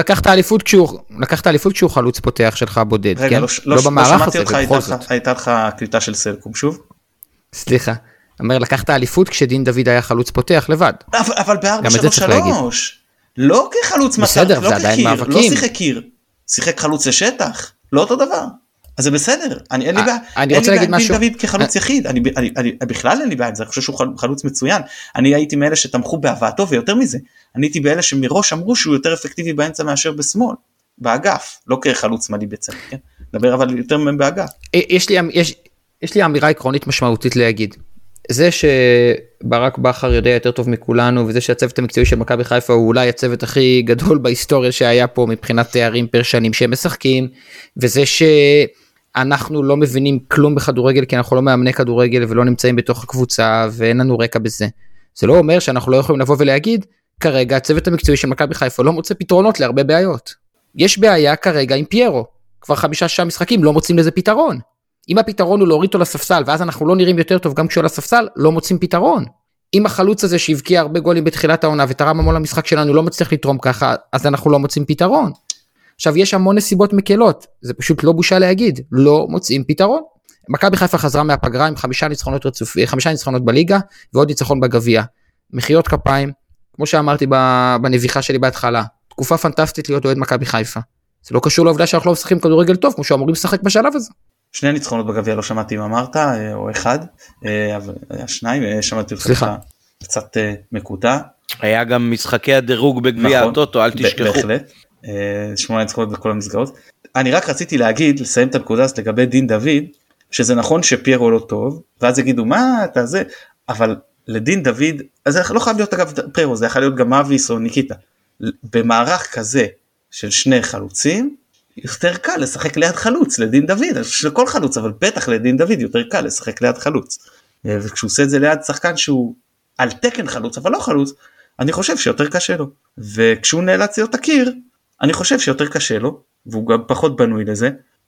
לקחת אליפות כשהוא חלוץ פותח שלך בודד, רגע, כן? לא במערך הזה, ובכל זאת. הייתה לך קליטה של סלקום שוב? סליחה, אומר לקחת אליפות כשדין דוד היה חלוץ פותח לבד. אבל ב-4-3-3, לא כחלוץ מצב, לא כקיר, לא שיחק קיר, שיחק חלוץ לשטח, לא אותו דבר. אז זה בסדר, אין לי בעיה עם דין דוד כחלוץ יחיד, בכלל אין לי בעיה, אני חושב שהוא חלוץ מצוין, אני הייתי מאלה שתמכו בהבאתו, ויותר מזה, אני הייתי באלה שמראש אמרו שהוא יותר אפקטיבי באמצע מאשר בשמאל, באגף, לא כחלוץ שמאלי בצד, כן? נדבר אבל יותר באגף. יש לי אמירה עקרונית משמעותית להגיד, זה שברק בכר יודע יותר טוב מכולנו, וזה שהצוות המקצועי של מכבי חיפה הוא אולי הצוות הכי גדול בהיסטוריה שהיה פה מבחינת תארים פר שנים שהם משחקים, וזה שאנחנו לא מבינים כלום בכדורגל, כי אנחנו לא מאמני כדורגל ולא נמצאים בתוך הקבוצה, ואין לנו רקע בזה. זה לא אומר שאנחנו לא יכולים לבוא ולהגיד, כרגע הצוות המקצועי של מכבי חיפה לא מוצא פתרונות להרבה בעיות. יש בעיה כרגע עם פיירו, כבר 5-6 משחקים לא מוצאים לזה פתרון. אם הפתרון הוא להוריד אותו לספסל, ואז אנחנו לא נראים יותר טוב גם כשהוא לספסל, לא מוצאים פתרון. אם החלוץ הזה שהבקיע הרבה גולים בתחילת העונה, ותרם המון למשחק שלנו, לא מצליח לתרום ככה, אז אנחנו לא מוצאים פתרון. עכשיו, יש המון נסיבות מקלות, זה פשוט לא בושה להגיד, לא מוצאים פתרון. מכבי חיפה חזרה מהפגרה עם 5 ניצחונות בליגה, ועוד ניצחון בגביע. מחיאות כפיים, כמו שאמרתי בנביחה שלי בהתחלה, תקופה פנטסטית להיות אוהד מכבי חיפה. זה לא קשור לעובדה שאנחנו לא משחקים כדורגל טוב, כמו שאמורים לשחק בשלב הזה. 2 ניצחונות בגביע, לא שמעתי אם אמרת, או 1, אבל היה 2, שמעתי אותך קצת מקוטע. היה גם משחקי הדירוג בגביע הטוטו, אל תשכחו. בהחלט, 8 ניצחונות בכל המסגרות. אני רק רציתי להגיד, לסיים את הנקודה הזאת לגבי דין דוד, שזה נכון שפיירו לא טוב, ואז יגידו מה אתה זה, אבל לדין דוד, אז זה לא חייב להיות אגב פיירו, זה יכול להיות גם מאביס או ניקיטה. במערך כזה של 2 חלוצים, יותר קל לשחק ליד חלוץ, לדין דוד, של כל חלוץ, אבל בטח לדין דוד יותר קל לשחק ליד חלוץ, וכשהוא עושה את זה ליד שחקן שהוא על תקן חלוץ, אבל לא חלוץ, אני חושב שיותר קשה לו, וכשהוא נאלץ להיות הקיר, אני חושב שיותר קשה לו, והוא גם פחות בנוי לזה,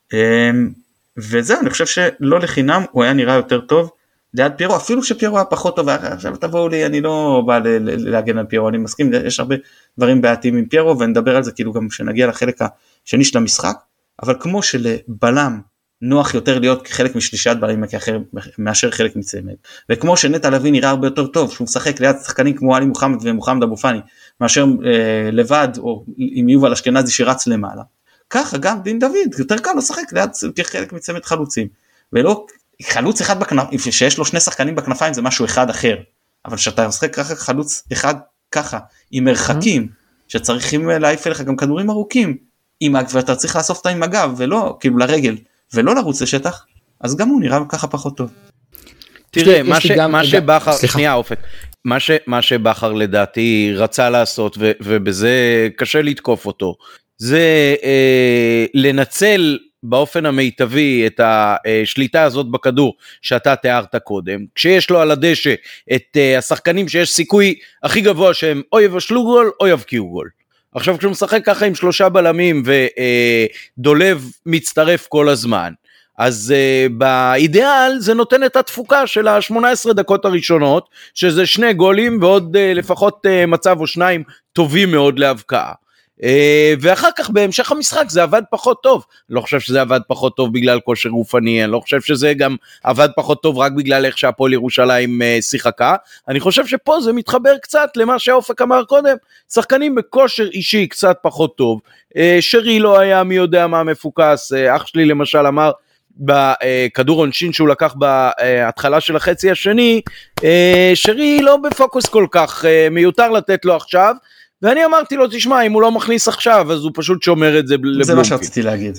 וזהו, אני חושב שלא לחינם, הוא היה נראה יותר טוב, ליד פיירו, אפילו שפיירו היה פחות טוב, עכשיו תבואו לי, אני לא בא להגן על פיירו, אני מסכים, יש הרבה דברים בעייתיים עם פיירו, ונדבר על זה כאילו גם שנגיע לחלק השני של המשחק, אבל כמו שלבלם נוח יותר להיות חלק משלישיית בלמים מאשר חלק מצמד, וכמו שנטע לביא נראה הרבה יותר טוב, שהוא משחק ליד שחקנים כמו עלי מוחמד ומוחמד אבו פאני, מאשר לבד, או עם יובל אשכנזי שרץ למעלה, ככה גם דין דוד, יותר קל לשחק ליד כחלק מצמד חלוצים, ולא חלוץ אחד בכנפיים, שיש לו שני שחקנים בכנפיים זה משהו אחד אחר, אבל שאתה משחק ככה חלוץ אחד ככה, עם מרחקים, שצריכים להעיף אליך גם כדורים ארוכים, ואתה צריך לאסוף אותה עם הגב, ולא, כאילו לרגל, ולא לרוץ לשטח, אז גם הוא נראה ככה פחות טוב. תראה, מה שבחר, שנייה אופק, מה שבחר לדעתי רצה לעשות, ובזה קשה לתקוף אותו, זה לנצל באופן המיטבי את השליטה הזאת בכדור שאתה תיארת קודם, כשיש לו על הדשא את השחקנים שיש סיכוי הכי גבוה שהם או יבשלו גול או יבקיעו גול. עכשיו כשהוא משחק ככה עם 3 בלמים ודולב מצטרף כל הזמן, אז באידאל זה נותן את התפוקה של ה-18 דקות הראשונות, שזה 2 גולים ועוד לפחות מצב או 2 טובים מאוד להבקעה. ואחר כך בהמשך המשחק זה עבד פחות טוב, לא חושב שזה עבד פחות טוב בגלל כושר גופני, אני לא חושב שזה גם עבד פחות טוב רק בגלל איך שהפועל ירושלים שיחקה, אני חושב שפה זה מתחבר קצת למה שאופק אמר קודם, שחקנים בכושר אישי קצת פחות טוב, שרי לא היה מי יודע מה מפוקס, אח שלי למשל אמר בכדור עונשין שהוא לקח בהתחלה של החצי השני, שרי לא בפוקוס כל כך, מיותר לתת לו עכשיו, ואני אמרתי לו, תשמע, אם הוא לא מכניס עכשיו, אז הוא פשוט שומר את זה לבלומפילד. זה מה שרציתי להגיד.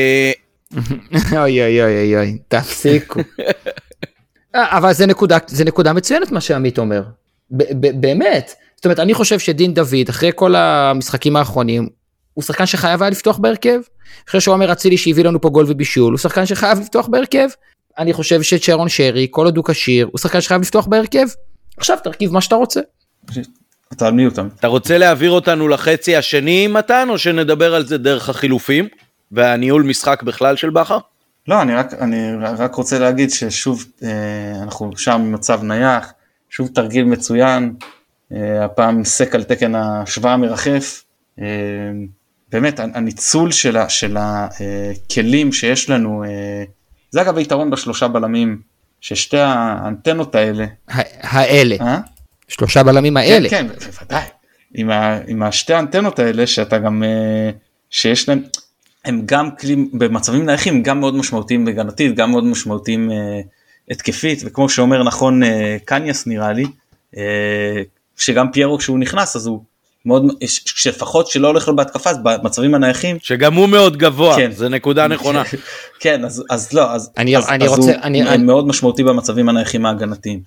אוי אוי אוי אוי, תפסיקו. אבל זה נקודה מצוינת מה שעמית אומר. באמת. זאת אומרת, אני חושב שדין דוד, אחרי כל המשחקים האחרונים, הוא שחקן שחייב היה לפתוח בהרכב. אחרי שהוא אומר, אצילי שהביא לנו פה גול ובישול, הוא שחקן שחייב לפתוח בהרכב. אני חושב שצ'רון שרי, כל עוד הוא כשיר, הוא שחקן שחייב לפתוח בהרכב. עכשיו תרכיב מה שאתה רוצה. אתה רוצה להעביר אותנו לחצי השני מתן, או שנדבר על זה דרך החילופים והניהול משחק בכלל של בכר? לא, אני רק רוצה להגיד ששוב אנחנו שם במצב נייח, שוב תרגיל מצוין, הפעם סק על תקן השוואה המרחף, באמת הניצול של הכלים שיש לנו, זה אגב היתרון ב3 בלמים, ששתי האנטנות האלה, 3 בלמים האלה. כן, בוודאי. עם השתי האנטנות האלה, שאתה גם, שיש להם, הם גם כלים, במצבים נייחים, גם מאוד משמעותיים בגנתית, גם מאוד משמעותיים התקפית, וכמו שאומר נכון קניאס נראה לי, שגם פיירו כשהוא נכנס, אז הוא מאוד, שפחות שלא הולך לו בהתקפה, אז במצבים הנייחים. שגם הוא מאוד גבוה, כן. זה נקודה נכונה. כן, אז לא, אז הוא מאוד משמעותי במצבים הנייחים ההגנתיים.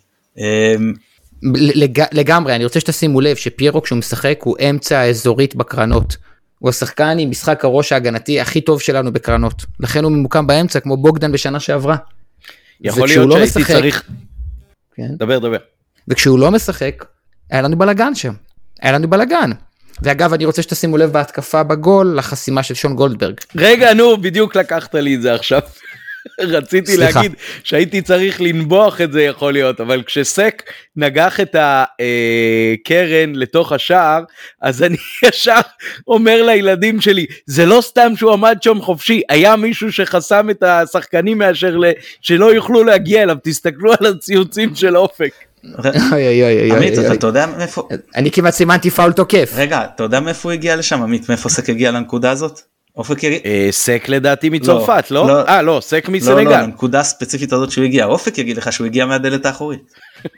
לגמרי, אני רוצה שתשימו לב שפיירו כשהוא משחק הוא אמצע האזורית בקרנות, הוא השחקן עם משחק הראש ההגנתי הכי טוב שלנו בקרנות, לכן הוא ממוקם באמצע כמו בוגדן בשנה שעברה. יכול להיות שהייתי צריך, דבר. וכשהוא לא משחק, היה לנו בלגן, ואגב אני רוצה שתשימו לב בהתקפה בגול לחסימה של שון גולדברג. רגע, נו, בדיוק לקחת לי את זה עכשיו. רציתי להגיד שהייתי צריך לנבוח את זה יכול להיות, אבל כשסק נגח את הקרן לתוך השער, אז אני ישר אומר לילדים שלי, זה לא סתם שהוא עמד שם חופשי, היה מישהו שחסם את השחקנים מאשר שלא יוכלו להגיע אליו, תסתכלו על הציוצים של אופק. עמית, אתה יודע מאיפה? אני כמעט סימנתי פאול תוקף. רגע, אתה יודע מאיפה הוא הגיע לשם, עמית? מאיפה סק הגיע לנקודה הזאת? סק לדעתי מצרפת, לא? לא, סק מסנגל. לא, לנקודה ספציפית הזאת שהוא הגיע, אופק יגיד לך שהוא הגיע מהדלת האחורית.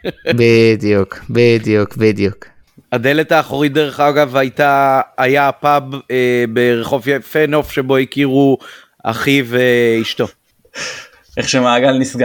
בדיוק. הדלת האחורית דרך אגב היה פאב ברחוב יפה נוף שבו הכירו אחי ואשתו. איך שמעגל נסגר.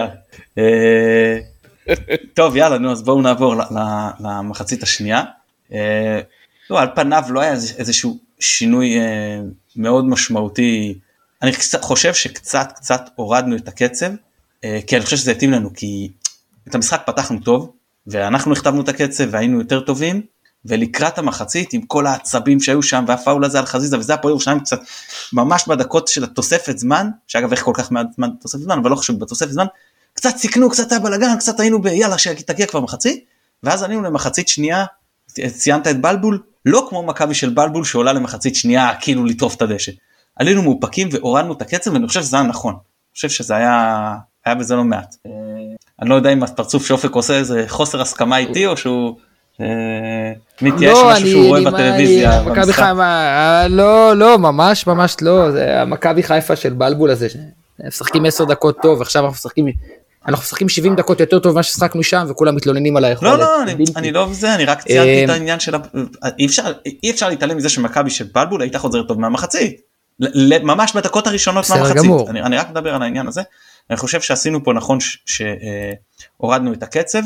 טוב יאללה נו אז בואו נעבור למחצית השנייה. לא, על פניו לא היה איזשהו שינוי מאוד משמעותי, אני חושב שקצת הורדנו את הקצב, כי אני חושב שזה התאים לנו, כי את המשחק פתחנו טוב, ואנחנו הכתבנו את הקצב והיינו יותר טובים, ולקראת המחצית עם כל העצבים שהיו שם, והפאול הזה על חזיזה, וזה הפועל ירושלים קצת, ממש בדקות של התוספת זמן, שאגב איך כל כך מעט זמן תוספת זמן, אבל לא חשוב בתוספת זמן, קצת סיכנו, קצת היה בלגן, קצת היינו ביאללה שתגיע כבר מחצית, ואז עלינו למחצית שנייה, ציינת את בלבול, לא כמו מכבי של בלבול שעולה למחצית שנייה כאילו לטרוף את הדשא. עלינו מאופקים והורדנו את הקצב ואני חושב שזה היה נכון. אני חושב שזה היה בזה לא מעט. אני לא יודע אם הפרצוף שאופק עושה איזה חוסר הסכמה איתי, או שהוא מתייאש משהו שהוא רואה בטלוויזיה. לא, ממש לא, זה המכבי חיפה של בלבול הזה, משחקים 10 דקות טוב, עכשיו אנחנו משחקים 70 דקות יותר טוב ממה ששחקנו שם, וכולם מתלוננים על היכולת. לא, אני לא בזה, אני רק ציינתי את העניין של, אי אפשר להתעלם מזה שמכבי של בלבול הייתה חוזרת טוב מהמחצית, ממש בדקות הראשונות מהמחצית, אני רק מדבר על העניין הזה, אני חושב שעשינו פה נכון שהורדנו את הקצב,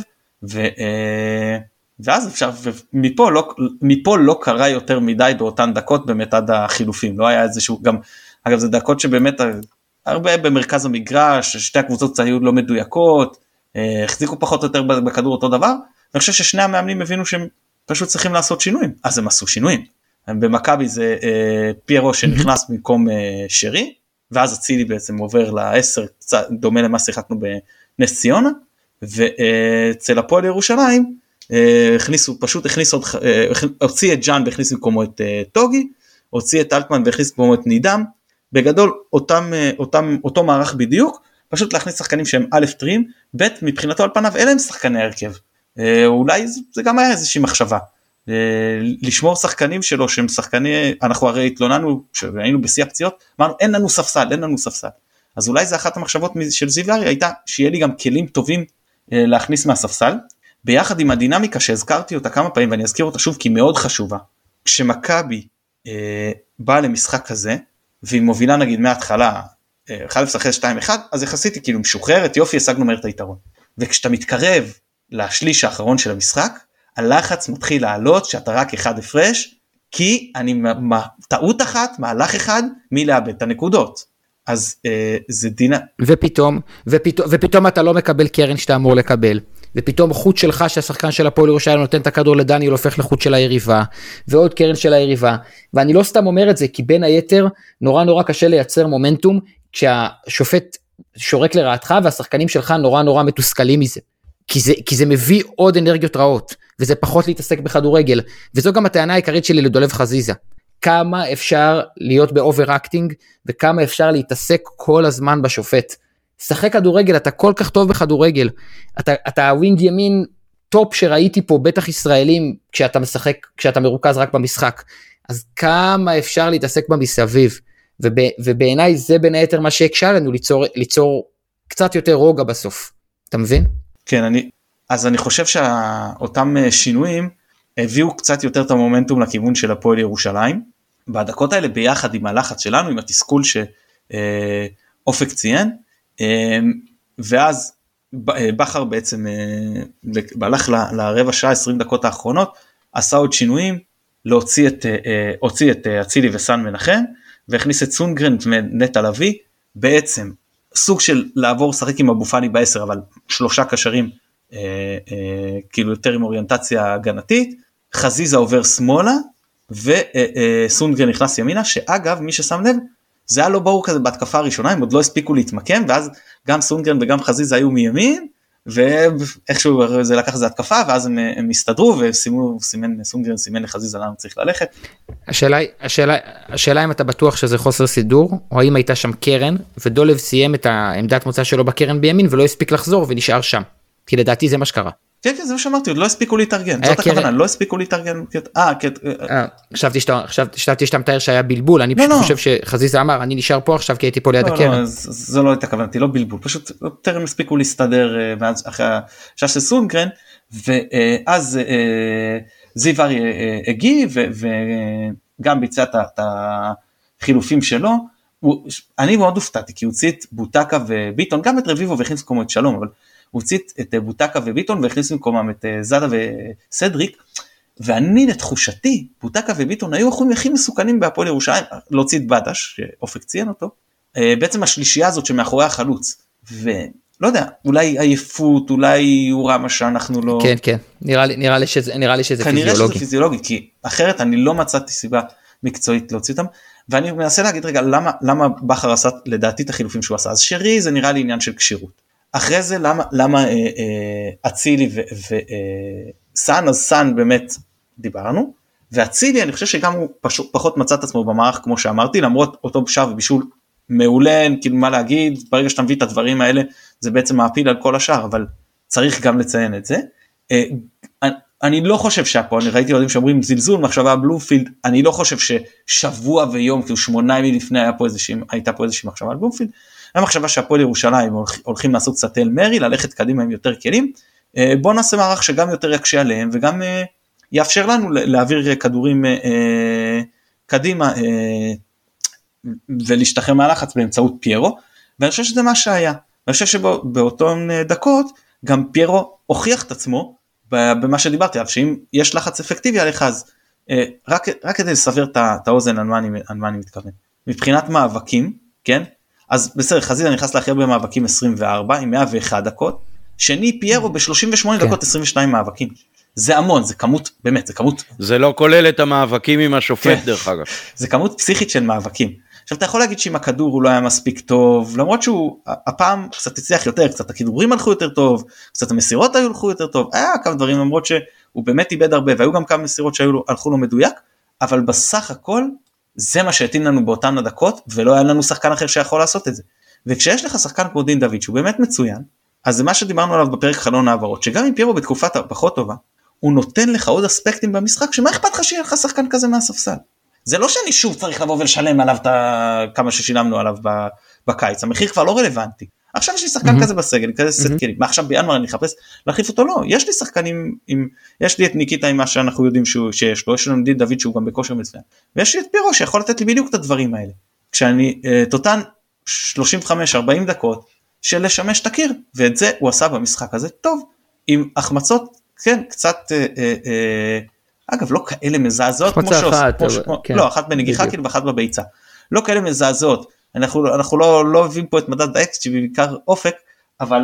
ואז אפשר, מפה לא קרה יותר מדי באותן דקות באמת עד החילופים, לא היה איזשהו, גם, אגב זה דקות שבאמת הרבה במרכז המגרש, שתי הקבוצות היו לא מדויקות, החזיקו פחות או יותר בכדור אותו דבר, ואני חושב ששני המאמנים הבינו שהם פשוט צריכים לעשות שינויים, אז הם עשו שינויים, במכבי זה פיירו שנכנס במקום שרי, ואז אצילי בעצם עובר ל10, דומה למה שיחקנו בנס ציונה, ואצל הפועל ירושלים, הוציא את ג'אן והכניס במקומו את טוגי, הוציא את אלטמן והכניס במקומו את נידם, בגדול אותו מערך בדיוק, פשוט להכניס שחקנים שהם א' טריים, ב' מבחינתו על פניו אלה הם שחקני הרכב, אולי זה גם היה איזושהי מחשבה, לשמור שחקנים שלו שהם שחקני, אנחנו הרי התלוננו, כשהיינו בשיא הפציעות, אמרנו אין לנו ספסל, אז אולי זה אחת המחשבות של זיו אריה, הייתה שיהיה לי גם כלים טובים להכניס מהספסל, ביחד עם הדינמיקה שהזכרתי אותה כמה פעמים, ואני אזכיר אותה שוב כי היא מאוד חשובה, כשמכבי באה למשחק כזה, והיא מובילה נגיד מההתחלה, 1-0 אחרי 2-1, אז יחסית היא כאילו משוחררת, יופי, השגנו מהר את היתרון. וכשאתה מתקרב לשליש האחרון של המשחק, הלחץ מתחיל לעלות שאתה רק אחד הפרש, כי טעות אחת, מהלך אחד, מי לאבד את הנקודות. אז זה דינה. ופתאום אתה לא מקבל קרן שאתה אמור לקבל. ופתאום חוט שלך שהשחקן של הפועל ירושלים נותן את הכדור לדניאל הופך לחוט של היריבה, ועוד קרן של היריבה, ואני לא סתם אומר את זה, כי בין היתר נורא קשה לייצר מומנטום, כשהשופט שורק לרעתך, והשחקנים שלך נורא מתוסכלים מזה, כי זה מביא עוד אנרגיות רעות, וזה פחות להתעסק בכדורגל, וזו גם הטענה העיקרית שלי לדולב חזיזה, כמה אפשר להיות באובר-אקטינג, וכמה אפשר להתעסק כל הזמן בשופט, שחק כדורגל, אתה כל כך טוב בכדורגל, אתה הווינג ימין טופ שראיתי פה, בטח ישראלים, כשאתה משחק, כשאתה מרוכז רק במשחק, אז כמה אפשר להתעסק במסביב, ובעיניי זה בין היתר מה שהקשה לנו, ליצור קצת יותר רוגע בסוף, אתה מבין? כן, אז אני חושב שאותם שינויים, הביאו קצת יותר את המומנטום לכיוון של הפועל ירושלים, בדקות האלה ביחד עם הלחץ שלנו, עם התסכול שאופק ציין, ואז בחר בעצם הלך לרבע שעה 20 דקות האחרונות, עשה עוד שינויים, הוציא את אצילי וסן מנחם, והכניס את סונגרן ונטע לביא, בעצם סוג של לעבור שחק עם אבו פאני ב10, אבל 3 קשרים, כאילו יותר עם אוריינטציה הגנתית, חזיזה עובר שמאלה, וסונגרן נכנס ימינה, שאגב מי ששם לב, זה היה לא ברור כזה בהתקפה הראשונה, הם עוד לא הספיקו להתמקם, ואז גם סונגרן וגם חזיזה היו מימין, ואיכשהו זה לקח איזה התקפה, ואז הם הסתדרו, וסונגרן סימן לחזיזה למה צריך ללכת. השאלה אם אתה בטוח שזה חוסר סידור, או האם הייתה שם קרן, ודולב סיים את העמדת מוצא שלו בקרן בימין, ולא הספיק לחזור ונשאר שם, כי לדעתי זה מה שקרה. כן, זה מה שאמרתי, עוד לא הספיקו להתארגן, זאת הכוונה, לא הספיקו להתארגן. חשבתי שאתה מתאר שהיה בלבול, אני פשוט חושב שחזיזה אמר, אני נשאר פה עכשיו כי הייתי פה ליד הקרן. זה לא הייתה כוונתי, לא בלבול, פשוט טרם הספיקו להסתדר אחרי השעה של סונגרן, ואז זיו אריה הגיע, וגם ביצע את החילופים שלו, אני מאוד הופתעתי, כי הוא הוציא את בוטקה וביטון, גם את רביבו והכניס כמו את שלום, אבל הוא הוציא את בוטקה וביטון, והכניס במקומם את זאדה וסדריק, ואני לתחושתי, בוטקה וביטון היו החומים הכי מסוכנים בהפועל ירושלים, להוציא את בדש, שאופק ציין אותו, בעצם השלישייה הזאת שמאחורי החלוץ, ולא יודע, אולי עייפות, אולי הוא רע מה שאנחנו לא... כן, נראה לי שזה פיזיולוגי. כנראה שזה פיזיולוגי, כי אחרת אני לא מצאתי סיבה מקצועית להוציא אותם, ואני מנסה להגיד רגע, למה בחר עשה לדעתי את החילופים שהוא עשה, אז שרי זה נראה לי עניין של קשירות. אחרי זה למה אצילי וסן, אז סן באמת דיברנו, ואצילי אני חושב שגם הוא פחות מצא את עצמו במערך כמו שאמרתי, למרות אותו שער ובישול מעולה, כאילו מה להגיד, ברגע שאתה מביא את הדברים האלה, זה בעצם מעפיל על כל השאר, אבל צריך גם לציין את זה. אני לא חושב שהפועל, אני ראיתי יודעים שאומרים זלזול, מחשבה בלומפילד, אני לא חושב ששבוע ויום, כאילו 8 ימים לפני הייתה פה איזושהי מחשבה על בלומפילד, היה מחשבה שהפועל ירושלים הולכים לעשות קצת אל מרי, ללכת קדימה עם יותר כלים, בוא נעשה מערך שגם יותר יקשה עליהם, וגם יאפשר לנו להעביר כדורים קדימה, ולהשתחרר מהלחץ באמצעות פיירו, ואני חושב שזה מה שהיה, ואני חושב שבאותן דקות, גם פיירו הוכיח את עצמו, במה שדיברתי עליו, שאם יש לחץ אפקטיבי עליך, אז רק כדי לסבר את האוזן על מה אני מתכוון. מבחינת מאבקים, כן? אז בסדר, חזיזה נכנס להכי הרבה מאבקים 24, עם 101 דקות, שני פיירו ב-38 דקות 22 מאבקים. זה המון, זה כמות, באמת, זה כמות. זה לא כולל את המאבקים עם השופט דרך אגב. זה כמות פסיכית של מאבקים. עכשיו אתה יכול להגיד שאם הכדור הוא לא היה מספיק טוב, למרות שהוא הפעם קצת הצליח יותר, קצת הכדורים הלכו יותר טוב, קצת המסירות הלכו יותר טוב, היה כמה דברים למרות שהוא באמת איבד הרבה, והיו גם כמה מסירות שהלכו לו מדויק, אבל בסך הכל זה מה שהתאים לנו באותן הדקות, ולא היה לנו שחקן אחר שיכול לעשות את זה. וכשיש לך שחקן כמו דין דוד שהוא באמת מצוין, אז זה מה שדיברנו עליו בפרק חלון העברות, שגם אם פיירו בתקופה פחות טובה, הוא נותן לך עוד אספקטים במשחק, שמה אכפת לך שיהיה לך שחקן כזה מהספסל? זה לא שאני שוב צריך לבוא ולשלם עליו כמה ששילמנו עליו בקיץ, המחיר כבר לא רלוונטי. עכשיו יש לי שחקן כזה בסגל, כזה סט כלים, מה עכשיו בינואר אני אחפש להחליף אותו? לא, יש לי שחקנים, יש לי את ניקיטה עם מה שאנחנו יודעים שיש לו, יש לנו דין דוד שהוא גם בכושר מצוין, ויש לי את פיירו שיכול לתת לי בדיוק את הדברים האלה. כשאני תותן 35-40 דקות של לשמש את הקיר, ואת זה הוא עשה במשחק הזה טוב, עם החמצות, כן, קצת, אגב, לא כאלה מזעזעות, כמו לא, אחת בנגיחה, כאילו, ואחת בביצה, לא כאלה מזעזעות, אנחנו לא אוהבים פה את מדד האקס, שבעיקר אופק, אבל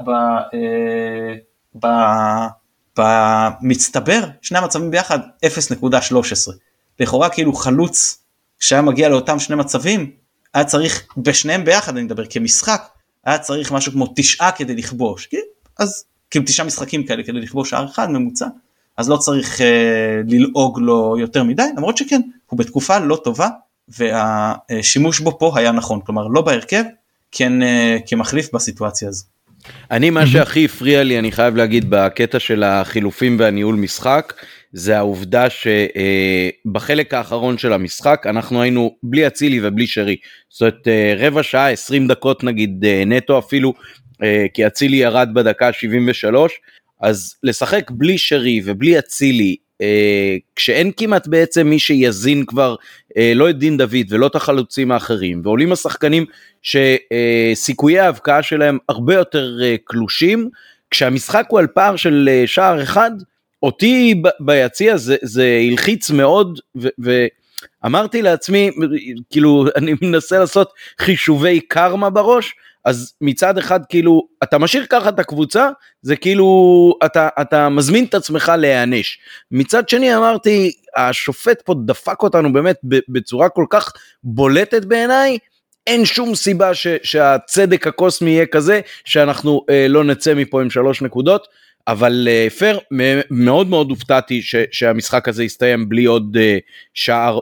במצטבר, שני המצבים ביחד, 0.13, לכאורה כאילו חלוץ, שהיה מגיע לאותם שני מצבים, היה צריך, בשניהם ביחד, אני מדבר כמשחק, היה צריך משהו כמו 9 כדי לכבוש, אז כאילו 9 משחקים כאלה כדי לכבוש שער אחד ממוצע, אז לא צריך ללעוג לו יותר מדי, למרות שכן, הוא בתקופה לא טובה, והשימוש בו פה היה נכון, כלומר לא בהרכב, כן כמחליף בסיטואציה הזו. אני מה שהכי הפריע לי, אני חייב להגיד, בקטע של החילופים והניהול משחק, זה העובדה שבחלק האחרון של המשחק, אנחנו היינו בלי אצילי ובלי שרי, זאת אומרת רבע שעה, 20 דקות נגיד נטו אפילו, כי אצילי ירד בדקה 73, אז לשחק בלי שרי ובלי אצילי, כשאין כמעט בעצם מי שיזין כבר, לא את דין דוד ולא את החלוצים האחרים, ועולים השחקנים שסיכויי ההבקעה שלהם הרבה יותר קלושים, כשהמשחק הוא על פער של שער אחד, אותי ביציע זה הלחיץ מאוד, ואמרתי לעצמי, כאילו אני מנסה לעשות חישובי קרמה בראש, אז מצד אחד כאילו אתה משאיר ככה את הקבוצה, זה כאילו אתה מזמין את עצמך להיענש. מצד שני אמרתי, השופט פה דפק אותנו באמת בצורה כל כך בולטת בעיניי, אין שום סיבה שהצדק הקוסמי יהיה כזה, שאנחנו לא נצא מפה עם 3 נקודות, אבל פר, מאוד מאוד הופתעתי שהמשחק הזה יסתיים בלי עוד שער,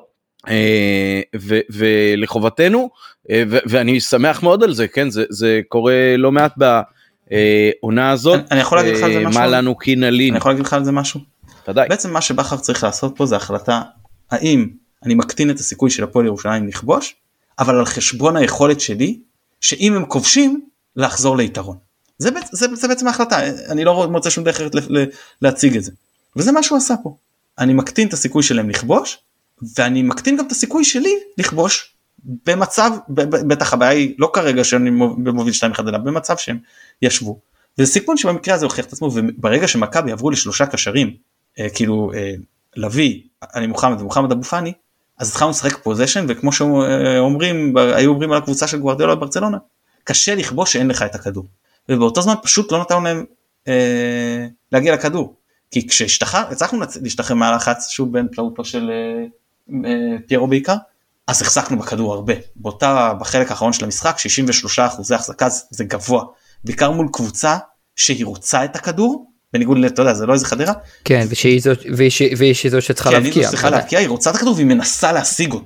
ולחובתנו, ואני שמח מאוד על זה, כן, זה קורה לא מעט בעונה הזאת. אני יכול להגיד לך על זה משהו? מה לנו קינלין. אני יכול להגיד לך על זה משהו? ודאי. בעצם מה שבחר צריך לעשות פה זה החלטה, האם אני מקטין את הסיכוי של הפועל ירושלים לכבוש, אבל על חשבון היכולת שלי, שאם הם כובשים, לחזור ליתרון. זה בעצם ההחלטה, אני לא מוצא שום דרך להציג את זה. וזה מה שהוא עשה פה. אני מקטין את הסיכוי שלהם לכבוש, ואני מקטין גם את הסיכוי שלי לכבוש, במצב, בטח הבעיה היא לא כרגע שאני מוביל 2-1, אלא במצב שהם ישבו. וזה סיכון שבמקרה הזה הוכיח את עצמו, וברגע שמכבי עברו ל3 קשרים, כאילו לוי, אני מוחמד ומוחמד אבו פאני, אז התחלנו לשחק פוזיישן, וכמו שאומרים, היו אומרים על הקבוצה של גוארדיולה בברצלונה, קשה לכבוש שאין לך את הכדור. ובאותו זמן פשוט לא נתנו להם להגיע לכדור. כי כשהצלחנו להשתחרר מהלחץ, שוב בין פלאוטו של פיירו בעיקר, אז החזקנו בכדור הרבה. בחלק האחרון של המשחק, 63% החזקה, זה גבוה. בעיקר מול קבוצה שהיא רוצה את הכדור, בניגוד אתה יודע, זה לא איזה חדרה. כן, והיא זאת שצריכה להבקיע. היא צריכה להבקיע, היא רוצה את הכדור והיא מנסה להשיג אותו.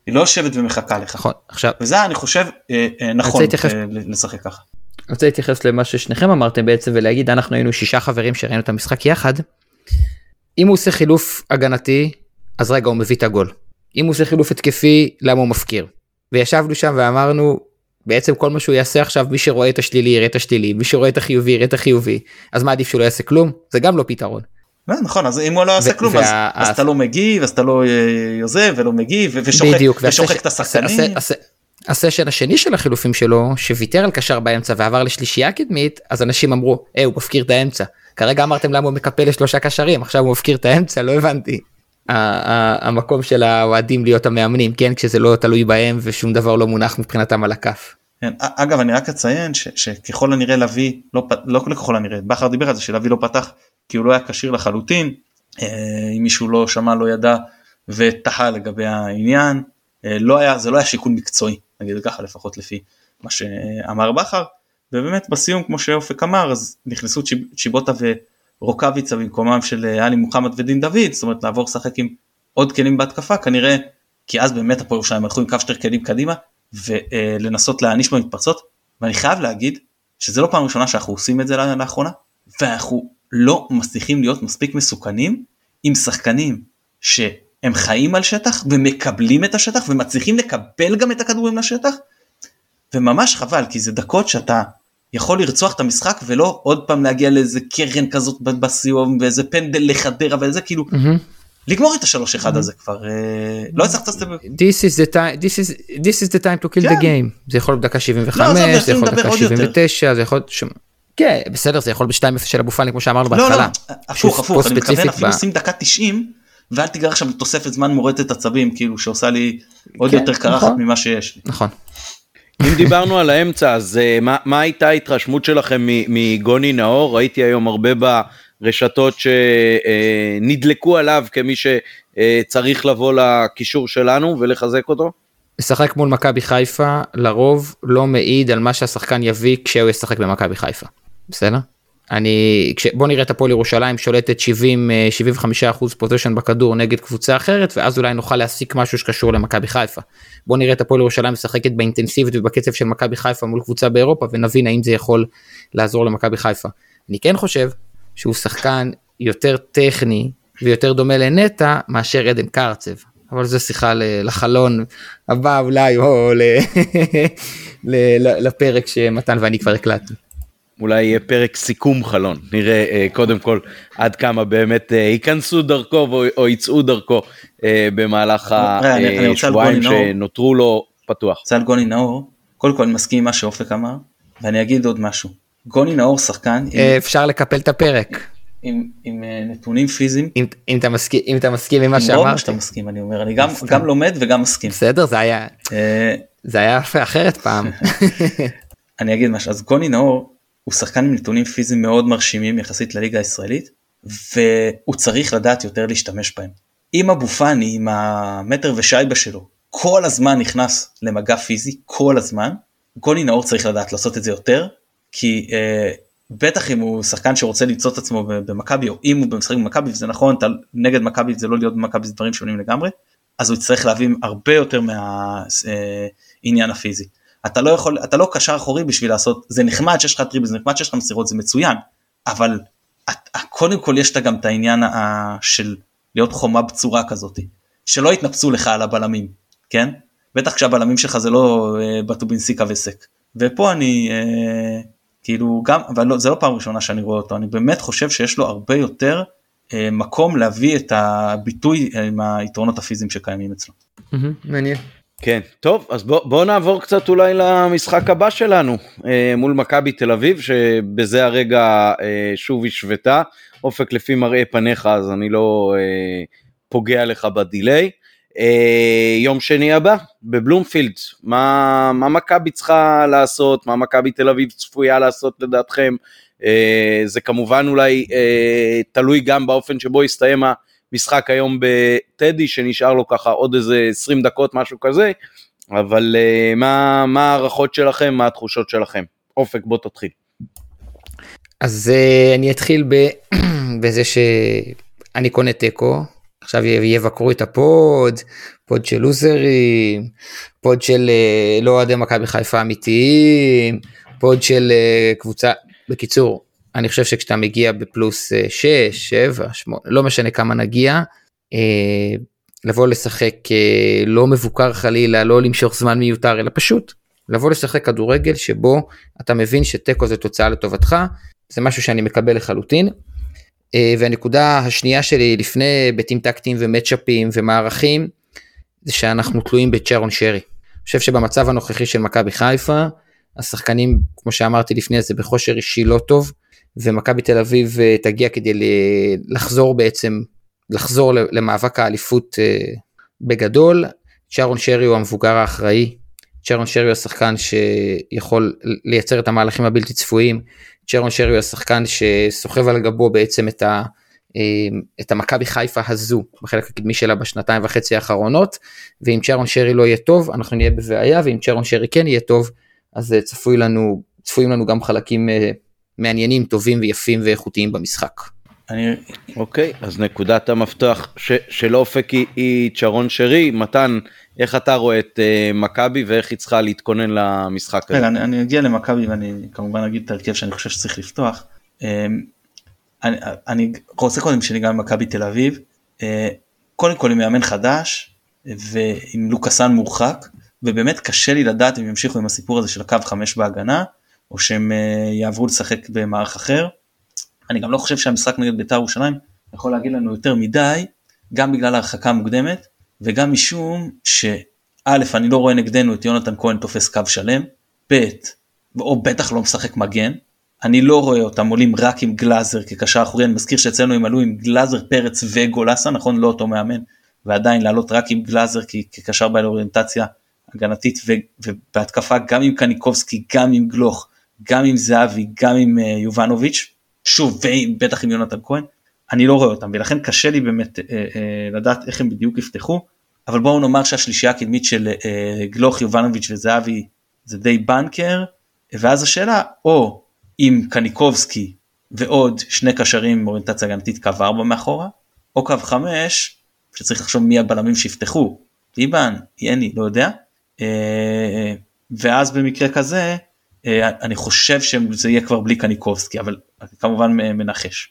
היא לא יושבת ומחכה לך. נכון, עכשיו. וזה אני חושב נכון לשחק ככה. אני רוצה להתייחס למה ששניכם אמרתם בעצם, ולהגיד, אנחנו היינו 6 חברים שראינו את המשחק יחד, אם הוא עושה חילוף הגנתי, אז רגע הוא מביא את הגול. אם הוא עושה חילוף התקפי, למה הוא מפקיר? וישבנו שם ואמרנו, בעצם כל מה שהוא יעשה עכשיו, מי שרואה את השלילי יראה את השלילי, מי שרואה את החיובי יראה את החיובי, אז מה עדיף שהוא לא יעשה כלום? זה גם לא פתרון. נכון, אז אם הוא לא יעשה כלום, אז אתה לא מגיב, אז אתה לא יוזם ולא מגיב, ושוחק את השחקנים. הסשן השני של החילופים שלו, שוויתר על קשר באמצע ועבר לשלישייה קדמית, אז אנשים אמרו, הוא מפקיר את האמצע. כרגע אמרתם למה הוא מקפל ל3 קשרים, עכשיו הוא מפקיר את האמצע, לא הבנתי. המקום של האוהדים להיות המאמנים, כן, כשזה לא תלוי בהם ושום דבר לא מונח מבחינתם על הכף. כן, אגב, אני רק אציין שככל הנראה לוי, לא ככל הנראה, בכר דיבר על זה שלוי לא פתח, כי הוא לא היה קשיר לחלוטין, אם מישהו לא שמע, לא ידע, ותחה לגבי העניין, זה לא היה שיקול מקצועי, נגיד ככה לפחות לפי מה שאמר בכר, ובאמת בסיום, כמו שאופק אמר, אז נכנסו צ'יבוטה ורוקביצה במקומם של עלי מוחמד ודין דוד, זאת אומרת לעבור לשחק עם עוד כלים בהתקפה, כנראה, כי אז באמת הפועל ירושלים הלכו עם קו 2 כלים קדימה, ולנסות להעניש במתפרצות, ואני חייב להגיד, שזה לא פעם ראשונה שאנחנו עושים את זה לאחרונה, ואנחנו לא מצליחים להיות מספיק מסוכנים, עם שחקנים שהם חיים על שטח, ומקבלים את השטח, ומצליחים לקבל גם את הכדורים לשטח, וממש חבל, כי זה דקות שאתה יכול לרצוח את המשחק, ולא עוד פעם להגיע לאיזה קרן כזאת בסיום, ואיזה פנדל לחדרה, ואיזה כאילו, לגמור את ה3-1 הזה כבר, לא הצלחת לסתם. This is the time to kill the game. זה יכול בדקה 75, זה יכול בדקה 79, זה יכול... כן, בסדר, זה יכול ב2-0 של אבו פאני, כמו שאמרנו בהתחלה. לא, הפוך, אני מתכוון אפילו שים דקה 90, ואל תיגר עכשיו תוספת זמן מורטת עצבים, כאילו שעושה לי עוד יותר קרחת ממה שיש לי. נכון. אם דיברנו על האמצע, אז מה הייתה ההתרשמות שלכם מגוני נאור? ראיתי היום הרבה ברשתות שנדלקו עליו כמי שצריך לבוא לקישור שלנו ולחזק אותו. לשחק מול מכבי חיפה לרוב לא מעיד על מה שהשחקן יביא כשהוא ישחק במכבי חיפה. בסדר? בוא נראה את הפועל ירושלים שולטת 75% פוזישן בכדור נגד קבוצה אחרת, ואז אולי נוכל להסיק משהו שקשור למכבי חיפה. בוא נראה את הפועל ירושלים משחקת באינטנסיבית ובקצב של מכבי חיפה מול קבוצה באירופה, ונבין האם זה יכול לעזור למכבי חיפה. אני כן חושב שהוא שחקן יותר טכני ויותר דומה לנטע מאשר עדן קרצב, אבל זו שיחה לחלון הבא אולי, או לפרק שמתן ואני כבר הקלטנו. אולי יהיה פרק סיכום חלון, נראה קודם כל עד כמה באמת ייכנסו דרכו או יצאו דרכו במהלך השבועיים שנותרו לו פתוח. זה על גוני נאור, קודם כל אני מסכים עם מה שאופק אמר, ואני אגיד עוד משהו. גוני נאור שחקן... אפשר לקפל את הפרק. עם נתונים פיזיים. אם אתה מסכים עם מה שאמרת. עם רוב שאתה מסכים, אני אומר, אני גם לומד וגם מסכים. בסדר, זה היה אחרת פעם. אני אגיד משהו, אז גוני נאור, הוא שחקן עם נתונים פיזיים מאוד מרשימים יחסית לליגה הישראלית, והוא צריך לדעת יותר להשתמש בהם. אם אבו פאני, עם המטר ושייבה שלו, כל הזמן נכנס למגע פיזי, כל הזמן, גוני נאור צריך לדעת לעשות את זה יותר, כי בטח אם הוא שחקן שרוצה למצוא את עצמו במכבי, או אם הוא במשחק במכבי, וזה נכון, נגד מכבי זה לא להיות במכבי, זה דברים שונים לגמרי, אז הוא יצטרך להביא הרבה יותר מהעניין הפיזי. אתה לא קשר אחורי בשביל לעשות, זה נחמד שיש לך טריבל, זה נחמד שיש לך מסירות, זה מצוין, אבל קודם כל יש גם את העניין של להיות חומה בצורה כזאת, שלא יתנפסו לך על הבלמים, כן? בטח כשהבלמים שלך זה לא בטובינסיקה וסק, ופה אני כאילו גם, אבל זה לא פעם ראשונה שאני רואה אותו, אני באמת חושב שיש לו הרבה יותר מקום להביא את הביטוי עם היתרונות הפיזיים שקיימים אצלו. מעניין. כן, טוב, אז בוא נעבור קצת אולי למשחק הבא שלנו, מול מכבי תל אביב, שבזה הרגע שוב השוותה, אופק לפי מראה פניך, אז אני לא פוגע לך בדילי. יום שני הבא, בבלומפילד, מה מכבי צריכה לעשות, מה מכבי תל אביב צפויה לעשות לדעתכם, זה כמובן אולי תלוי גם באופן שבו יסתיים משחק היום בטדי, שנשאר לו ככה עוד איזה 20 דקות, משהו כזה, אבל מה הערכות שלכם, מה התחושות שלכם? אופק, בוא תתחיל. אז אני אתחיל בזה שאני קונה טקו, עכשיו יבקרו את הפוד, פוד של לוזרים, פוד של לא אוהדי מכבי חיפה אמיתיים, פוד של קבוצה, בקיצור, אני חושב שכשאתה מגיע בפלוס 6, 7, 8, לא משנה כמה נגיע, לבוא לשחק לא מבוקר חלילה, לא למשוך זמן מיותר, אלא פשוט לבוא לשחק כדורגל שבו אתה מבין שטקו זה תוצאה לטובתך, זה משהו שאני מקבל לחלוטין. והנקודה השנייה שלי לפני היבטים טקטיים ומצ'אפים ומערכים, זה שאנחנו תלויים בצ'רון שרי. אני חושב שבמצב הנוכחי של מכבי חיפה, השחקנים, כמו שאמרתי לפני, זה בכושר אישי לא טוב, ומכבי תל אביב תגיע כדי לחזור למאבק האליפות בגדול. צ'רון שרי הוא המבוגר האחראי, צ'רון שרי הוא השחקן שיכול לייצר את המהלכים הבלתי צפויים, צ'רון שרי הוא השחקן שסוחב על גבו בעצם את המכבי חיפה הזו, בחלק הקדמי שלה בשנתיים וחצי האחרונות, ואם צ'רון שרי לא יהיה טוב, אנחנו נהיה בבעיה, ואם צ'רון שרי כן יהיה טוב, אז צפויים לנו גם חלקים מעניינים, טובים ויפים ואיכותיים במשחק. אוקיי, אז נקודת המפתח של אופק היא צ'רון שרי. מתן, איך אתה רואה את מכבי ואיך היא צריכה להתכונן למשחק הזה? אני אגיע למכבי ואני כמובן אגיד את הרכב שאני חושב שצריך לפתוח. אני רוצה קודם שניגע במכבי תל אביב, קודם כל עם מאמן חדש ועם לוקאסן מורחק, ובאמת קשה לי לדעת אם ימשיכו עם הסיפור הזה של הקו 5 בהגנה, או שהם יעברו לשחק במערך אחר. אני גם לא חושב שהמשחק נגד בית"ר ירושלים יכול להגיד לנו יותר מדי, גם בגלל ההרחקה המוקדמת, וגם משום שא' אני לא רואה נגדנו את יונתן כהן תופס קו שלם, או בטח לא משחק מגן, אני לא רואה אותם עולים רק עם גלאזר כקשר אחורי, אני מזכיר שאצלנו הם עלו עם גלאזר, פרץ וגולסה, נכון, לא אותו מאמן, ועדיין לעלות רק עם גלאזר כקשר בעל אוריינטציה הגנתית, ובהתקפה גם עם קניקובסקי, גם עם גלוך, גם עם זהבי, גם עם יובנוביץ', שוב, ובטח עם יונתן כהן, אני לא רואה אותם, ולכן קשה לי באמת לדעת איך הם בדיוק יפתחו, אבל בואו נאמר שהשלישייה הקדמית של גלוך, יובנוביץ' וזהבי, זה די בנקר, ואז השאלה, או עם קניקובסקי ועוד שני קשרים עם אוריינטציה הגנתית קו 4 מאחורה, או קו 5, שצריך לחשוב מי הבלמים שיפתחו, ליבן, יני, לא יודע, ואז במקרה כזה, אני חושב שזה יהיה כבר בלי קניקובסקי, אבל כמובן מנחש.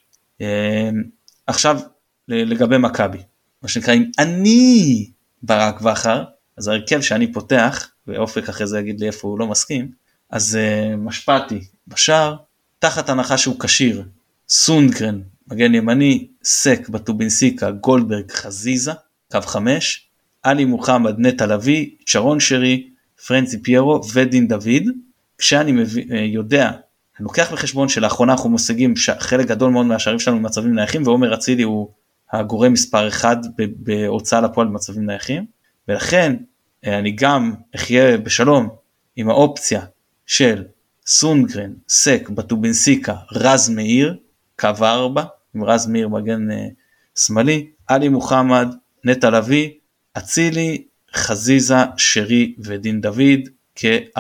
עכשיו לגבי מכבי, מה שנקרא אם אני ברק וחר, אז הרכב שאני פותח, ואופק אחרי זה יגיד לי איפה הוא לא מסכים, אז משפטי בשער, תחת הנחה שהוא קשיר, סונגרן, מגן ימני, סק, בטובינסיקה, גולדברג, חזיזה, קו 5, עלי מוחמד, נטע לביא, צ'רון שרי, פרנצי פיירו ודין דוד, כשאני יודע, אני לוקח בחשבון שלאחרונה אנחנו מושגים חלק גדול מאוד מהשערים שלנו במצבים נייחים, ועומר אצילי הוא הגורם מספר 1 בהוצאה לפועל במצבים נייחים, ולכן אני גם אחיה בשלום עם האופציה של סונגרן, סק, בטובינסיקה, רז מאיר, קו 4, עם רז מאיר מגן שמאלי, עלי מוחמד, נטע לביא, אצילי, חזיזה, שרי ודין דוד, כ-4-3-3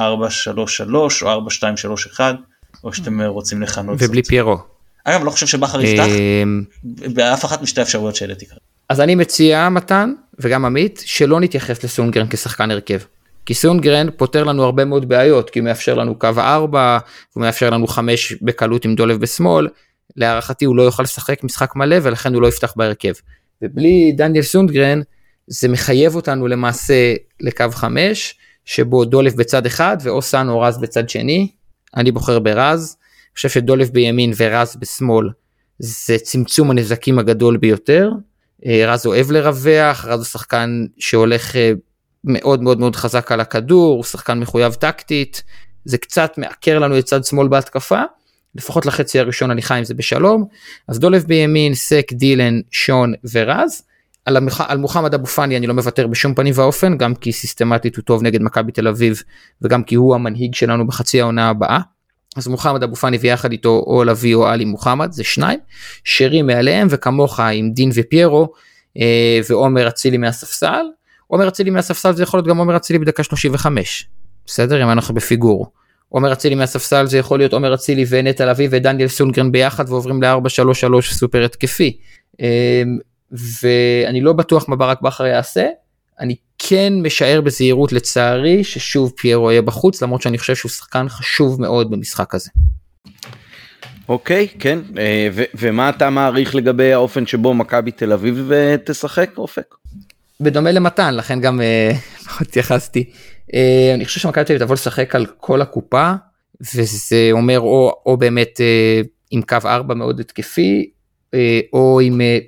או 4-2-3-1, או שאתם רוצים לכנות זאת. ובלי פיירו. אגב, לא חושב שבחר יפתח, באף אחת משתי אפשרויות שהעליתי כרגע. אז אני מציע, מתן, וגם עמית, שלא נתייחס לסונגרן כשחקן הרכב. כי סונגרן פותר לנו הרבה מאוד בעיות, כי הוא מאפשר לנו קו 4, הוא מאפשר לנו 5 בקלות עם דולב בשמאל, להערכתי הוא לא יוכל לשחק משחק מלא, ולכן הוא לא יפתח בהרכב. ובלי דניאל סונגרן, זה מחייב אותנו למעשה לקו 5, שבו דולב בצד אחד, ואוסן או רז בצד שני. אני בוחר ברז, אני חושב שדולב בימין ורז בשמאל, זה צמצום הנזקים הגדול ביותר. רז אוהב לרווח, רז הוא שחקן שהולך מאוד מאוד מאוד חזק על הכדור, הוא שחקן מחויב טקטית, זה קצת מעקר לנו את צד שמאל בהתקפה, לפחות לחצי הראשון אני חי עם זה בשלום. אז דולב בימין, סק, דילן, שון ורז. על מוחמד אבו פאני אני לא מוותר בשום פנים ואופן, גם כי סיסטמטית הוא טוב נגד מכבי תל אביב, וגם כי הוא המנהיג שלנו בחצי העונה הבאה. אז מוחמד אבו פאני ויחד איתו או לביא או עלי מוחמד, זה שניים, שרי מעליהם, וכמוך עם דין ופיירו, ועומר אצילי מהספסל. עומר אצילי מהספסל זה יכול להיות גם עומר אצילי בדקה 35, בסדר? אם אנחנו בפיגור. עומר אצילי מהספסל זה יכול להיות עומר אצילי ונטע לביא ודניאל סונגרן ביחד, ועוברים ל-4-3-3 סופר התקפי. ואני לא בטוח מה ברק בכר יעשה, אני כן משער בזהירות לצערי, ששוב פיירו יהיה בחוץ, למרות שאני חושב שהוא שחקן חשוב מאוד במשחק הזה. אוקיי, כן, ומה אתה מעריך לגבי האופן שבו מכבי תל אביב תשחק, אופק? בדומה למתן, לכן גם התייחסתי. אני חושב שמכבי תל אביב תבוא לשחק על כל הקופה, וזה אומר או באמת עם קו 4 מאוד התקפי, או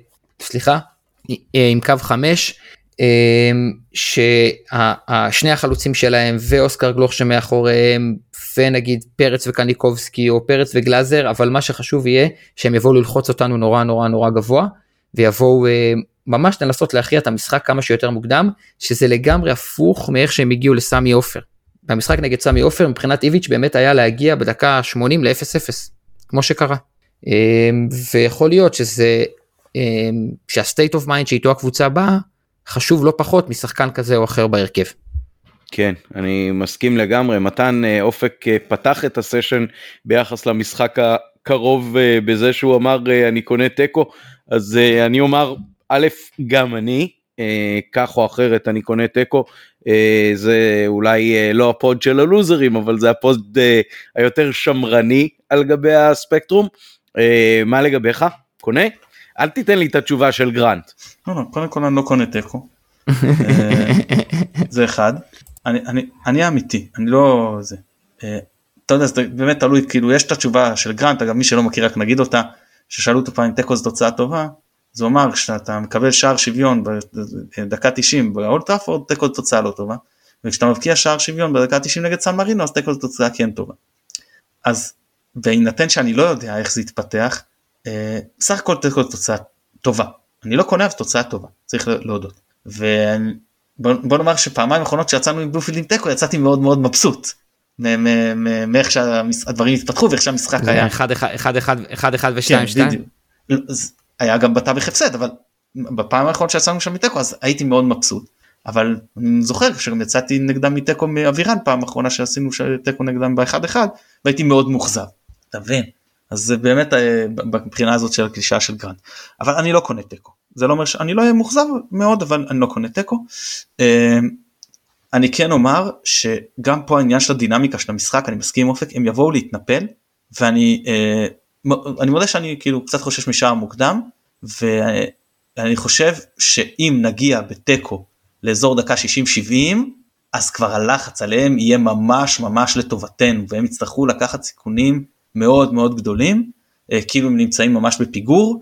עם קו 5, ששני החלוצים שלהם ואוסקר גלוך שמאחוריהם, ונגיד פרץ וקניקובסקי או פרץ וגלאזר, אבל מה שחשוב יהיה שהם יבואו ללחוץ אותנו נורא נורא נורא גבוה, ויבואו ממש לנסות להכריע את המשחק כמה שיותר מוקדם, שזה לגמרי הפוך מאיך שהם הגיעו לסמי עופר. במשחק נגד סמי עופר מבחינת איביץ' באמת היה להגיע בדקה 80 ל-0-0, כמו שקרה. ויכול להיות שזה, שה-state of mind שאיתו הקבוצה באה, חשוב לא פחות משחקן כזה או אחר בהרכב. כן, אני מסכים לגמרי. מתן אופק פתח את הסשן ביחס למשחק הקרוב בזה שהוא אמר אני קונה טקו, אז אני אומר, א', גם אני, כך או אחרת אני קונה טקו, זה אולי לא הפוד של הלוזרים, אבל זה הפוד היותר שמרני על גבי הספקטרום. מה לגביך? קונה? אל תיתן לי את התשובה של גרנט. לא, קודם כל אני לא קונה טקו. זה אחד. אני אמיתי, אני לא זה. אתה יודע, זה באמת תלוי, כאילו יש את התשובה של גרנט, אגב מי שלא מכיר רק נגיד אותה, ששאלו אותו פעם טקו זו תוצאה טובה, זה אומר כשאתה מקבל שער שוויון בדקה 90 באולד טראפורד, טקו זו תוצאה לא טובה, וכשאתה מבקיע שער שוויון בדקה 90 נגד סן מרינו, אז טקו זו תוצאה כן טובה. אז בהינתן שאני לא יודע איך זה יתפתח, בסך הכל טקו זו תוצאה טובה. אני לא קונה, אבל תוצאה טובה, צריך להודות. ובוא נאמר שפעמיים האחרונות שיצאנו עם בלומפילד עם טקו, יצאתי מאוד מאוד מבסוט, מאיך שהדברים התפתחו ואיך שהמשחק היה. 1-1 ו-2-2. היה גם בתווך הפסד, אבל בפעם האחרונה שיצאנו שם מטקו, אז הייתי מאוד מבסוט. אבל אני זוכר שגם יצאתי נגדם מטקו מאווירן, פעם האחרונה שעשינו טקו נגדם ב-1-1, והייתי מאוד מוחזב. אתה מבין? אז זה באמת בבחינה הזאת של הקלישה של גרנט. אבל אני לא קונה טקו. זה לא אומר שאני לא אהיה מוחזב מאוד, אבל אני לא קונה טקו. אני כן אומר שגם פה העניין של הדינמיקה של המשחק, אני מסכים עם אופק, הם יבואו להתנפל, ואני מודה שאני כאילו קצת חושש משער מוקדם, ואני חושב שאם נגיע בטקו לאזור דקה 60-70, אז כבר הלחץ עליהם יהיה ממש ממש לטובתנו, והם יצטרכו לקחת סיכונים מאוד מאוד גדולים, כאילו הם נמצאים ממש בפיגור,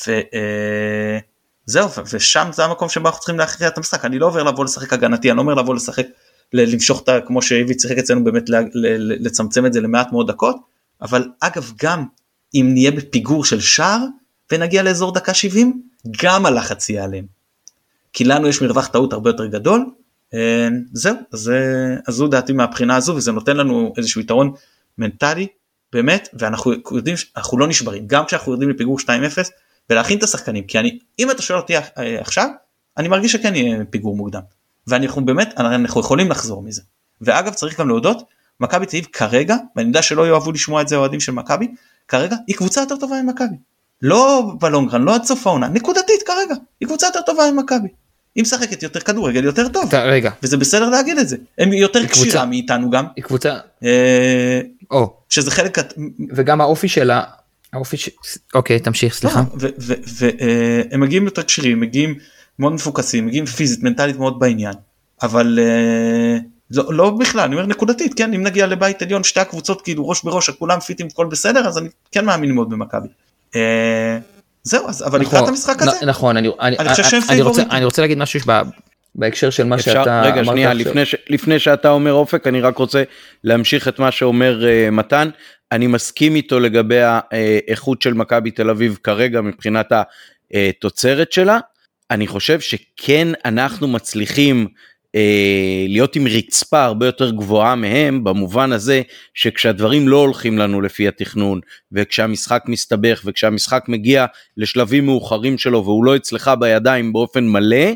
וזהו, ושם זה המקום שבו אנחנו צריכים להכריע את המשחק. אני לא עובר לבוא לשחק הגנתי, אני לא אומר לבוא לשחק, למשוך את, כמו שאיבי צריך אצלנו באמת לצמצם את זה למעט מאוד דקות, אבל אגב גם אם נהיה בפיגור של שער, ונגיע לאזור דקה 70, גם הלחץ יהיה עליהם. כי לנו יש מרווח טעות הרבה יותר גדול, זהו, אז זו דעתי מהבחינה הזו, וזה נותן לנו איזשהו יתרון מנטלי, באמת, ואנחנו יודעים, אנחנו לא נשברים, גם כשאנחנו יודעים לפיגור 2-0, ולהכין את השחקנים, כי אם אתה שואל אותי עכשיו, אני מרגיש שכן יהיה פיגור מוקדם, ואנחנו באמת, אנחנו יכולים לחזור מזה, ואגב צריך גם להודות, מכבי תל אביב כרגע, ואני יודע שלא יאהבו לשמוע את זה אוהדים של מכבי, כרגע היא קבוצה יותר טובה ממכבי, לא בלונגרן, לא עד סוף העונה, נקודתית כרגע, היא קבוצה יותר טובה ממכבי, היא משחקת יותר כדורגל יותר טוב, וזה בסדר להגיד את זה, הם יותר קשירה מאיתנו גם, היא קבוצה, שזה חלק, וגם האופי שלה, אוקיי תמשיך סליחה, והם מגיעים יותר קשירים, מגיעים מאוד מפוקסים, מגיעים פיזית, מנטלית מאוד בעניין, אבל לא בכלל, אני אומר נקודתית, כן, אם נגיע לבית עליון, שתי הקבוצות כאילו ראש בראש, כולם פיטים, כל בסדר, אז אני כן מאמין מאוד במכבי. זהו, אבל לקראת המשחק הזה, נכון, אני רוצה להגיד משהו בהקשר של מה שאתה אמרת. רגע, שנייה, לפני שאתה אומר אופק, אני רק רוצה להמשיך את מה שאומר מתן, אני מסכים איתו לגבי האיכות של מכבי תל אביב כרגע, מבחינת התוצרת שלה, אני חושב שכן אנחנו מצליחים להיות עם רצפה הרבה יותר גבוהה מהם, במובן הזה שכשהדברים לא הולכים לנו לפי התכנון, וכשהמשחק מסתבך, וכשהמשחק מגיע לשלבים מאוחרים שלו, והוא לא אצלך בידיים באופן מלא,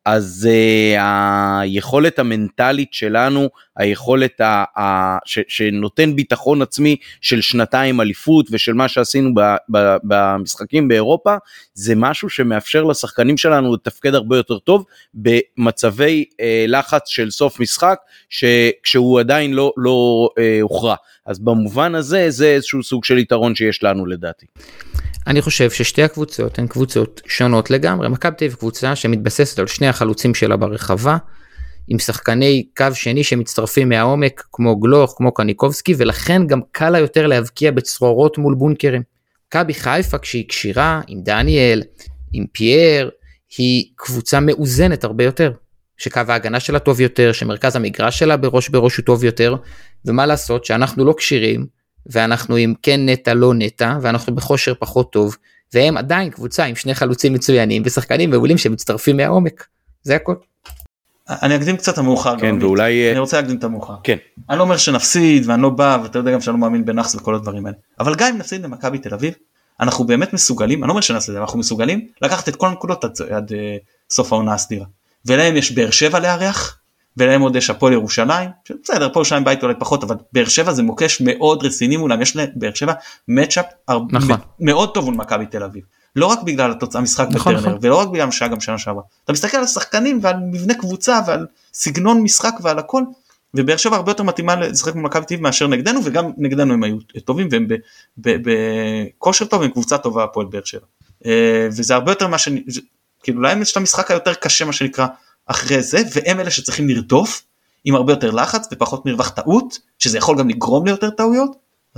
אז היכולת המנטלית שלנו, היכולת שנותן ביטחון עצמי של שנתיים אליפות ושל מה שעשינו במשחקים באירופה, זה משהו שמאפשר לשחקנים שלנו לתפקד הרבה יותר טוב במצבי לחץ של סוף משחק, כשהוא עדיין לא הוכרע. אז במובן הזה, זה איזשהו סוג של יתרון שיש לנו לדעתי. אני חושב ששתי הקבוצות הן קבוצות שונות לגמרי. מכבי תל אביב קבוצה שמתבססת על שני החלוצים שלה ברחבה, עם שחקני קו שני שמצטרפים מהעומק, כמו גלוך, כמו קניקובסקי, ולכן גם קל לה יותר להבקיע בצרורות מול בונקרים. מכבי חיפה כשהיא קשירה, עם דניאל, עם פייר, היא קבוצה מאוזנת הרבה יותר, שקו ההגנה שלה טוב יותר, שמרכז המגרש שלה בראש הוא טוב יותר, ומה לעשות שאנחנו לא קשירים, ואנחנו עם כן נטה לא נטה, ואנחנו בחושר פחות טוב, והם עדיין קבוצה עם שני חלוצים מצוינים, ושחקנים מעולים שמצטרפים מהעומק, זה הכל. אני אקדים קצת המאוחר, כן, ואולי... אני רוצה להקדים את המאוחר. כן. אני לא אומר שנפסיד, ואני לא בא, ואתה יודע גם שאני לא מאמין בנחס וכל הדברים האלה, אבל גם אם נפסיד למכבי תל אביב, אנחנו באמת מסוגלים, אני לא אומר שנפסיד, אנחנו מסוגלים לקחת את כל הנקודות עד סוף העונה הסדירה, ולהם יש באר שבע לארח, ולהם עוד יש הפועל ירושלים, בסדר, פה ירושלים בית אולי פחות, אבל באר שבע זה מוקש מאוד רציני מולם, יש לבאר שבע מצ'אפ מאוד טוב מול מכבי תל אביב, לא רק בגלל התוצאה משחק בטרנר, ולא רק בגלל שעה גם שנה שעברה, אתה מסתכל על השחקנים ועל מבנה קבוצה, ועל סגנון משחק ועל הכל, ובאר שבע הרבה יותר מתאימה לשחק במכבי תל אביב מאשר נגדנו, וגם נגדנו הם היו טובים, והם בכושר טוב, הם קבוצה טובה הפועל באר שבע, וזה הרבה יותר מה כאילו להם יש את המשחק היותר קשה מה שנקרא אחרי זה, והם אלה שצריכים לרדוף עם הרבה יותר לחץ ופחות מרווח טעות, שזה יכול גם לגרום ליותר טעויות,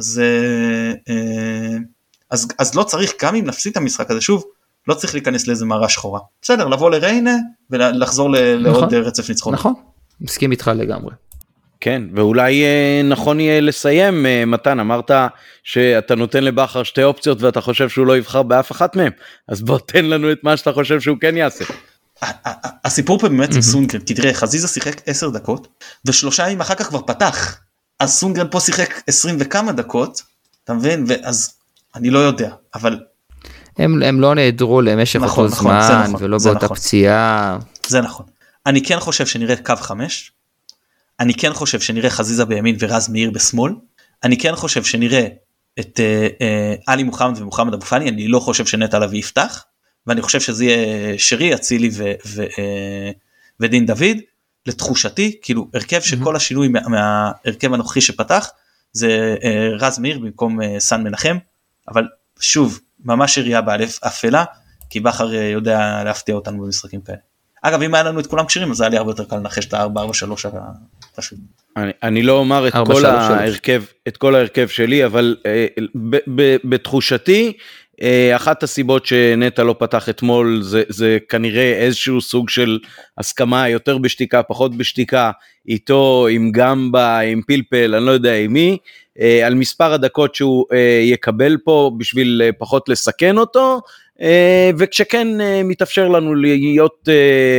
אז לא צריך, גם אם נפסיד את המשחק הזה שוב, לא צריך להיכנס לאיזה מערה שחורה, בסדר, לבוא לריינה ולחזור לעוד רצף ניצחון. נכון, מסכים איתך לגמרי. כן, ואולי נכון יהיה לסיים, מתן, אמרת שאתה נותן לבחר שתי אופציות ואתה חושב שהוא לא יבחר באף אחת מהם, אז בוא תן לנו את מה שאתה חושב שהוא כן יעשה. הסיפור פה באמת זה סונגרן, כי תראה, חזיזה שיחק 10 דקות, ושלושה ימים אחר כך כבר פתח, אז סונגרן פה שיחק 20 וכמה דקות, אתה מבין? ואז אני לא יודע, אבל... הם לא נעדרו למשך אותו זמן, ולא באותה פציעה. זה נכון. אני כן חושב שנראה קו 5, אני כן חושב שנראה חזיזה בימין ורז מאיר בשמאל, אני כן חושב שנראה את עלי מוחמד ומוחמד אבו פאני, אני לא חושב שנטע לביא יפתח, ואני חושב שזה יהיה שרי, אצילי ודין דוד, לתחושתי, כאילו הרכב שכל השינוי מההרכב הנוכחי שפתח, זה רז מאיר במקום סן מנחם, אבל שוב, ממש יריעה באלף אפלה, כי בכר יודע להפתיע אותנו במשחקים כאלה. אגב, אם היה לנו את כולם קשירים, אז היה לי הרבה יותר קל לנחש את ה-4-4-3 הפשוט. אני לא אומר את כל ההרכב שלי, אבל בתחושתי, אחת הסיבות שנטע לא פתח אתמול, זה כנראה איזשהו סוג של הסכמה, יותר בשתיקה, פחות בשתיקה, איתו, עם גמבה, עם פלפל, אני לא יודע עם מי, על מספר הדקות שהוא יקבל פה, בשביל פחות לסכן אותו, וכשכן מתאפשר לנו להיות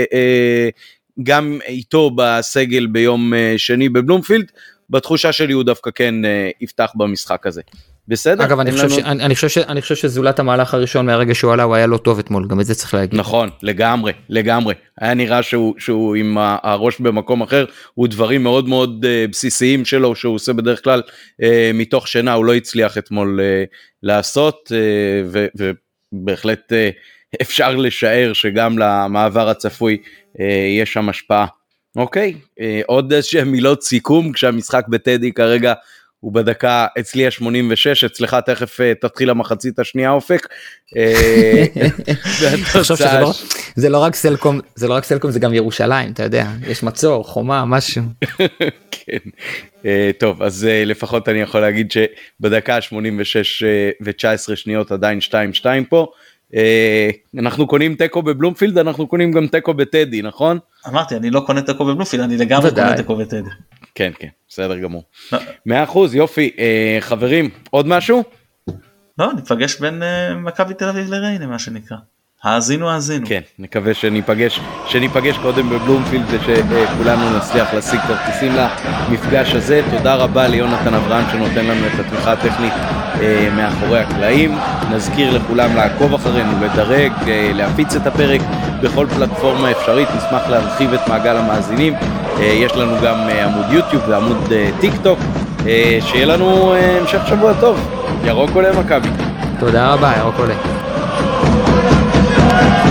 גם איתו בסגל ביום שני בבלומפילד, בתחושה שלי הוא דווקא כן יפתח במשחק הזה. בסדר? אגב, אני חושב שזולת המהלך הראשון מהרגע שהוא עלה, הוא היה לא טוב אתמול, גם את זה צריך להגיד. נכון, לגמרי. היה נראה שהוא עם הראש במקום אחר, הוא דברים מאוד מאוד בסיסיים שלו, שהוא עושה בדרך כלל מתוך שינה, הוא לא הצליח אתמול לעשות, ובהחלט אפשר לשער שגם למעבר הצפוי יש שם השפעה. אוקיי, עוד איזושהי מילות סיכום, כשהמשחק בטדי כרגע, הוא בדקה אצלי ה-86, אצלך תכף תתחיל המחצית השנייה אופק. זה לא רק סלקום, זה גם ירושלים, אתה יודע, יש מצור, חומה, משהו. כן, טוב, אז לפחות אני יכול להגיד שבדקה ה-86 ו-19 שניות עדיין 2-2 פה, אנחנו קונים טקו בבלומפילד, אנחנו קונים גם טקו בטדי, נכון? אמרתי, אני לא קונה טקו בבלומפילד, אני לגמרי קונה טקו בטדי. כן, בסדר גמור. 100%, יופי. חברים, עוד משהו? לא, נפגש בין מכבי תל אביב לריינה, מה שנקרא. האזינו. כן, נקווה שניפגש קודם בבלומפילד ושכולנו נצליח להשיג כרטיסים למפגש הזה. תודה רבה ליונתן אברהם שנותן לנו את התמיכה הטכנית מאחורי הקלעים. נזכיר לכולם לעקוב אחרינו, לדרג, להפיץ את הפרק בכל פלטפורמה אפשרית, נשמח להרחיב את מעגל המאזינים. יש לנו גם עמוד יוטיוב ועמוד טיק טוק. שיהיה לנו המשך שבוע טוב. ירוק עולה מכבי. תודה רבה, ירוק עולה.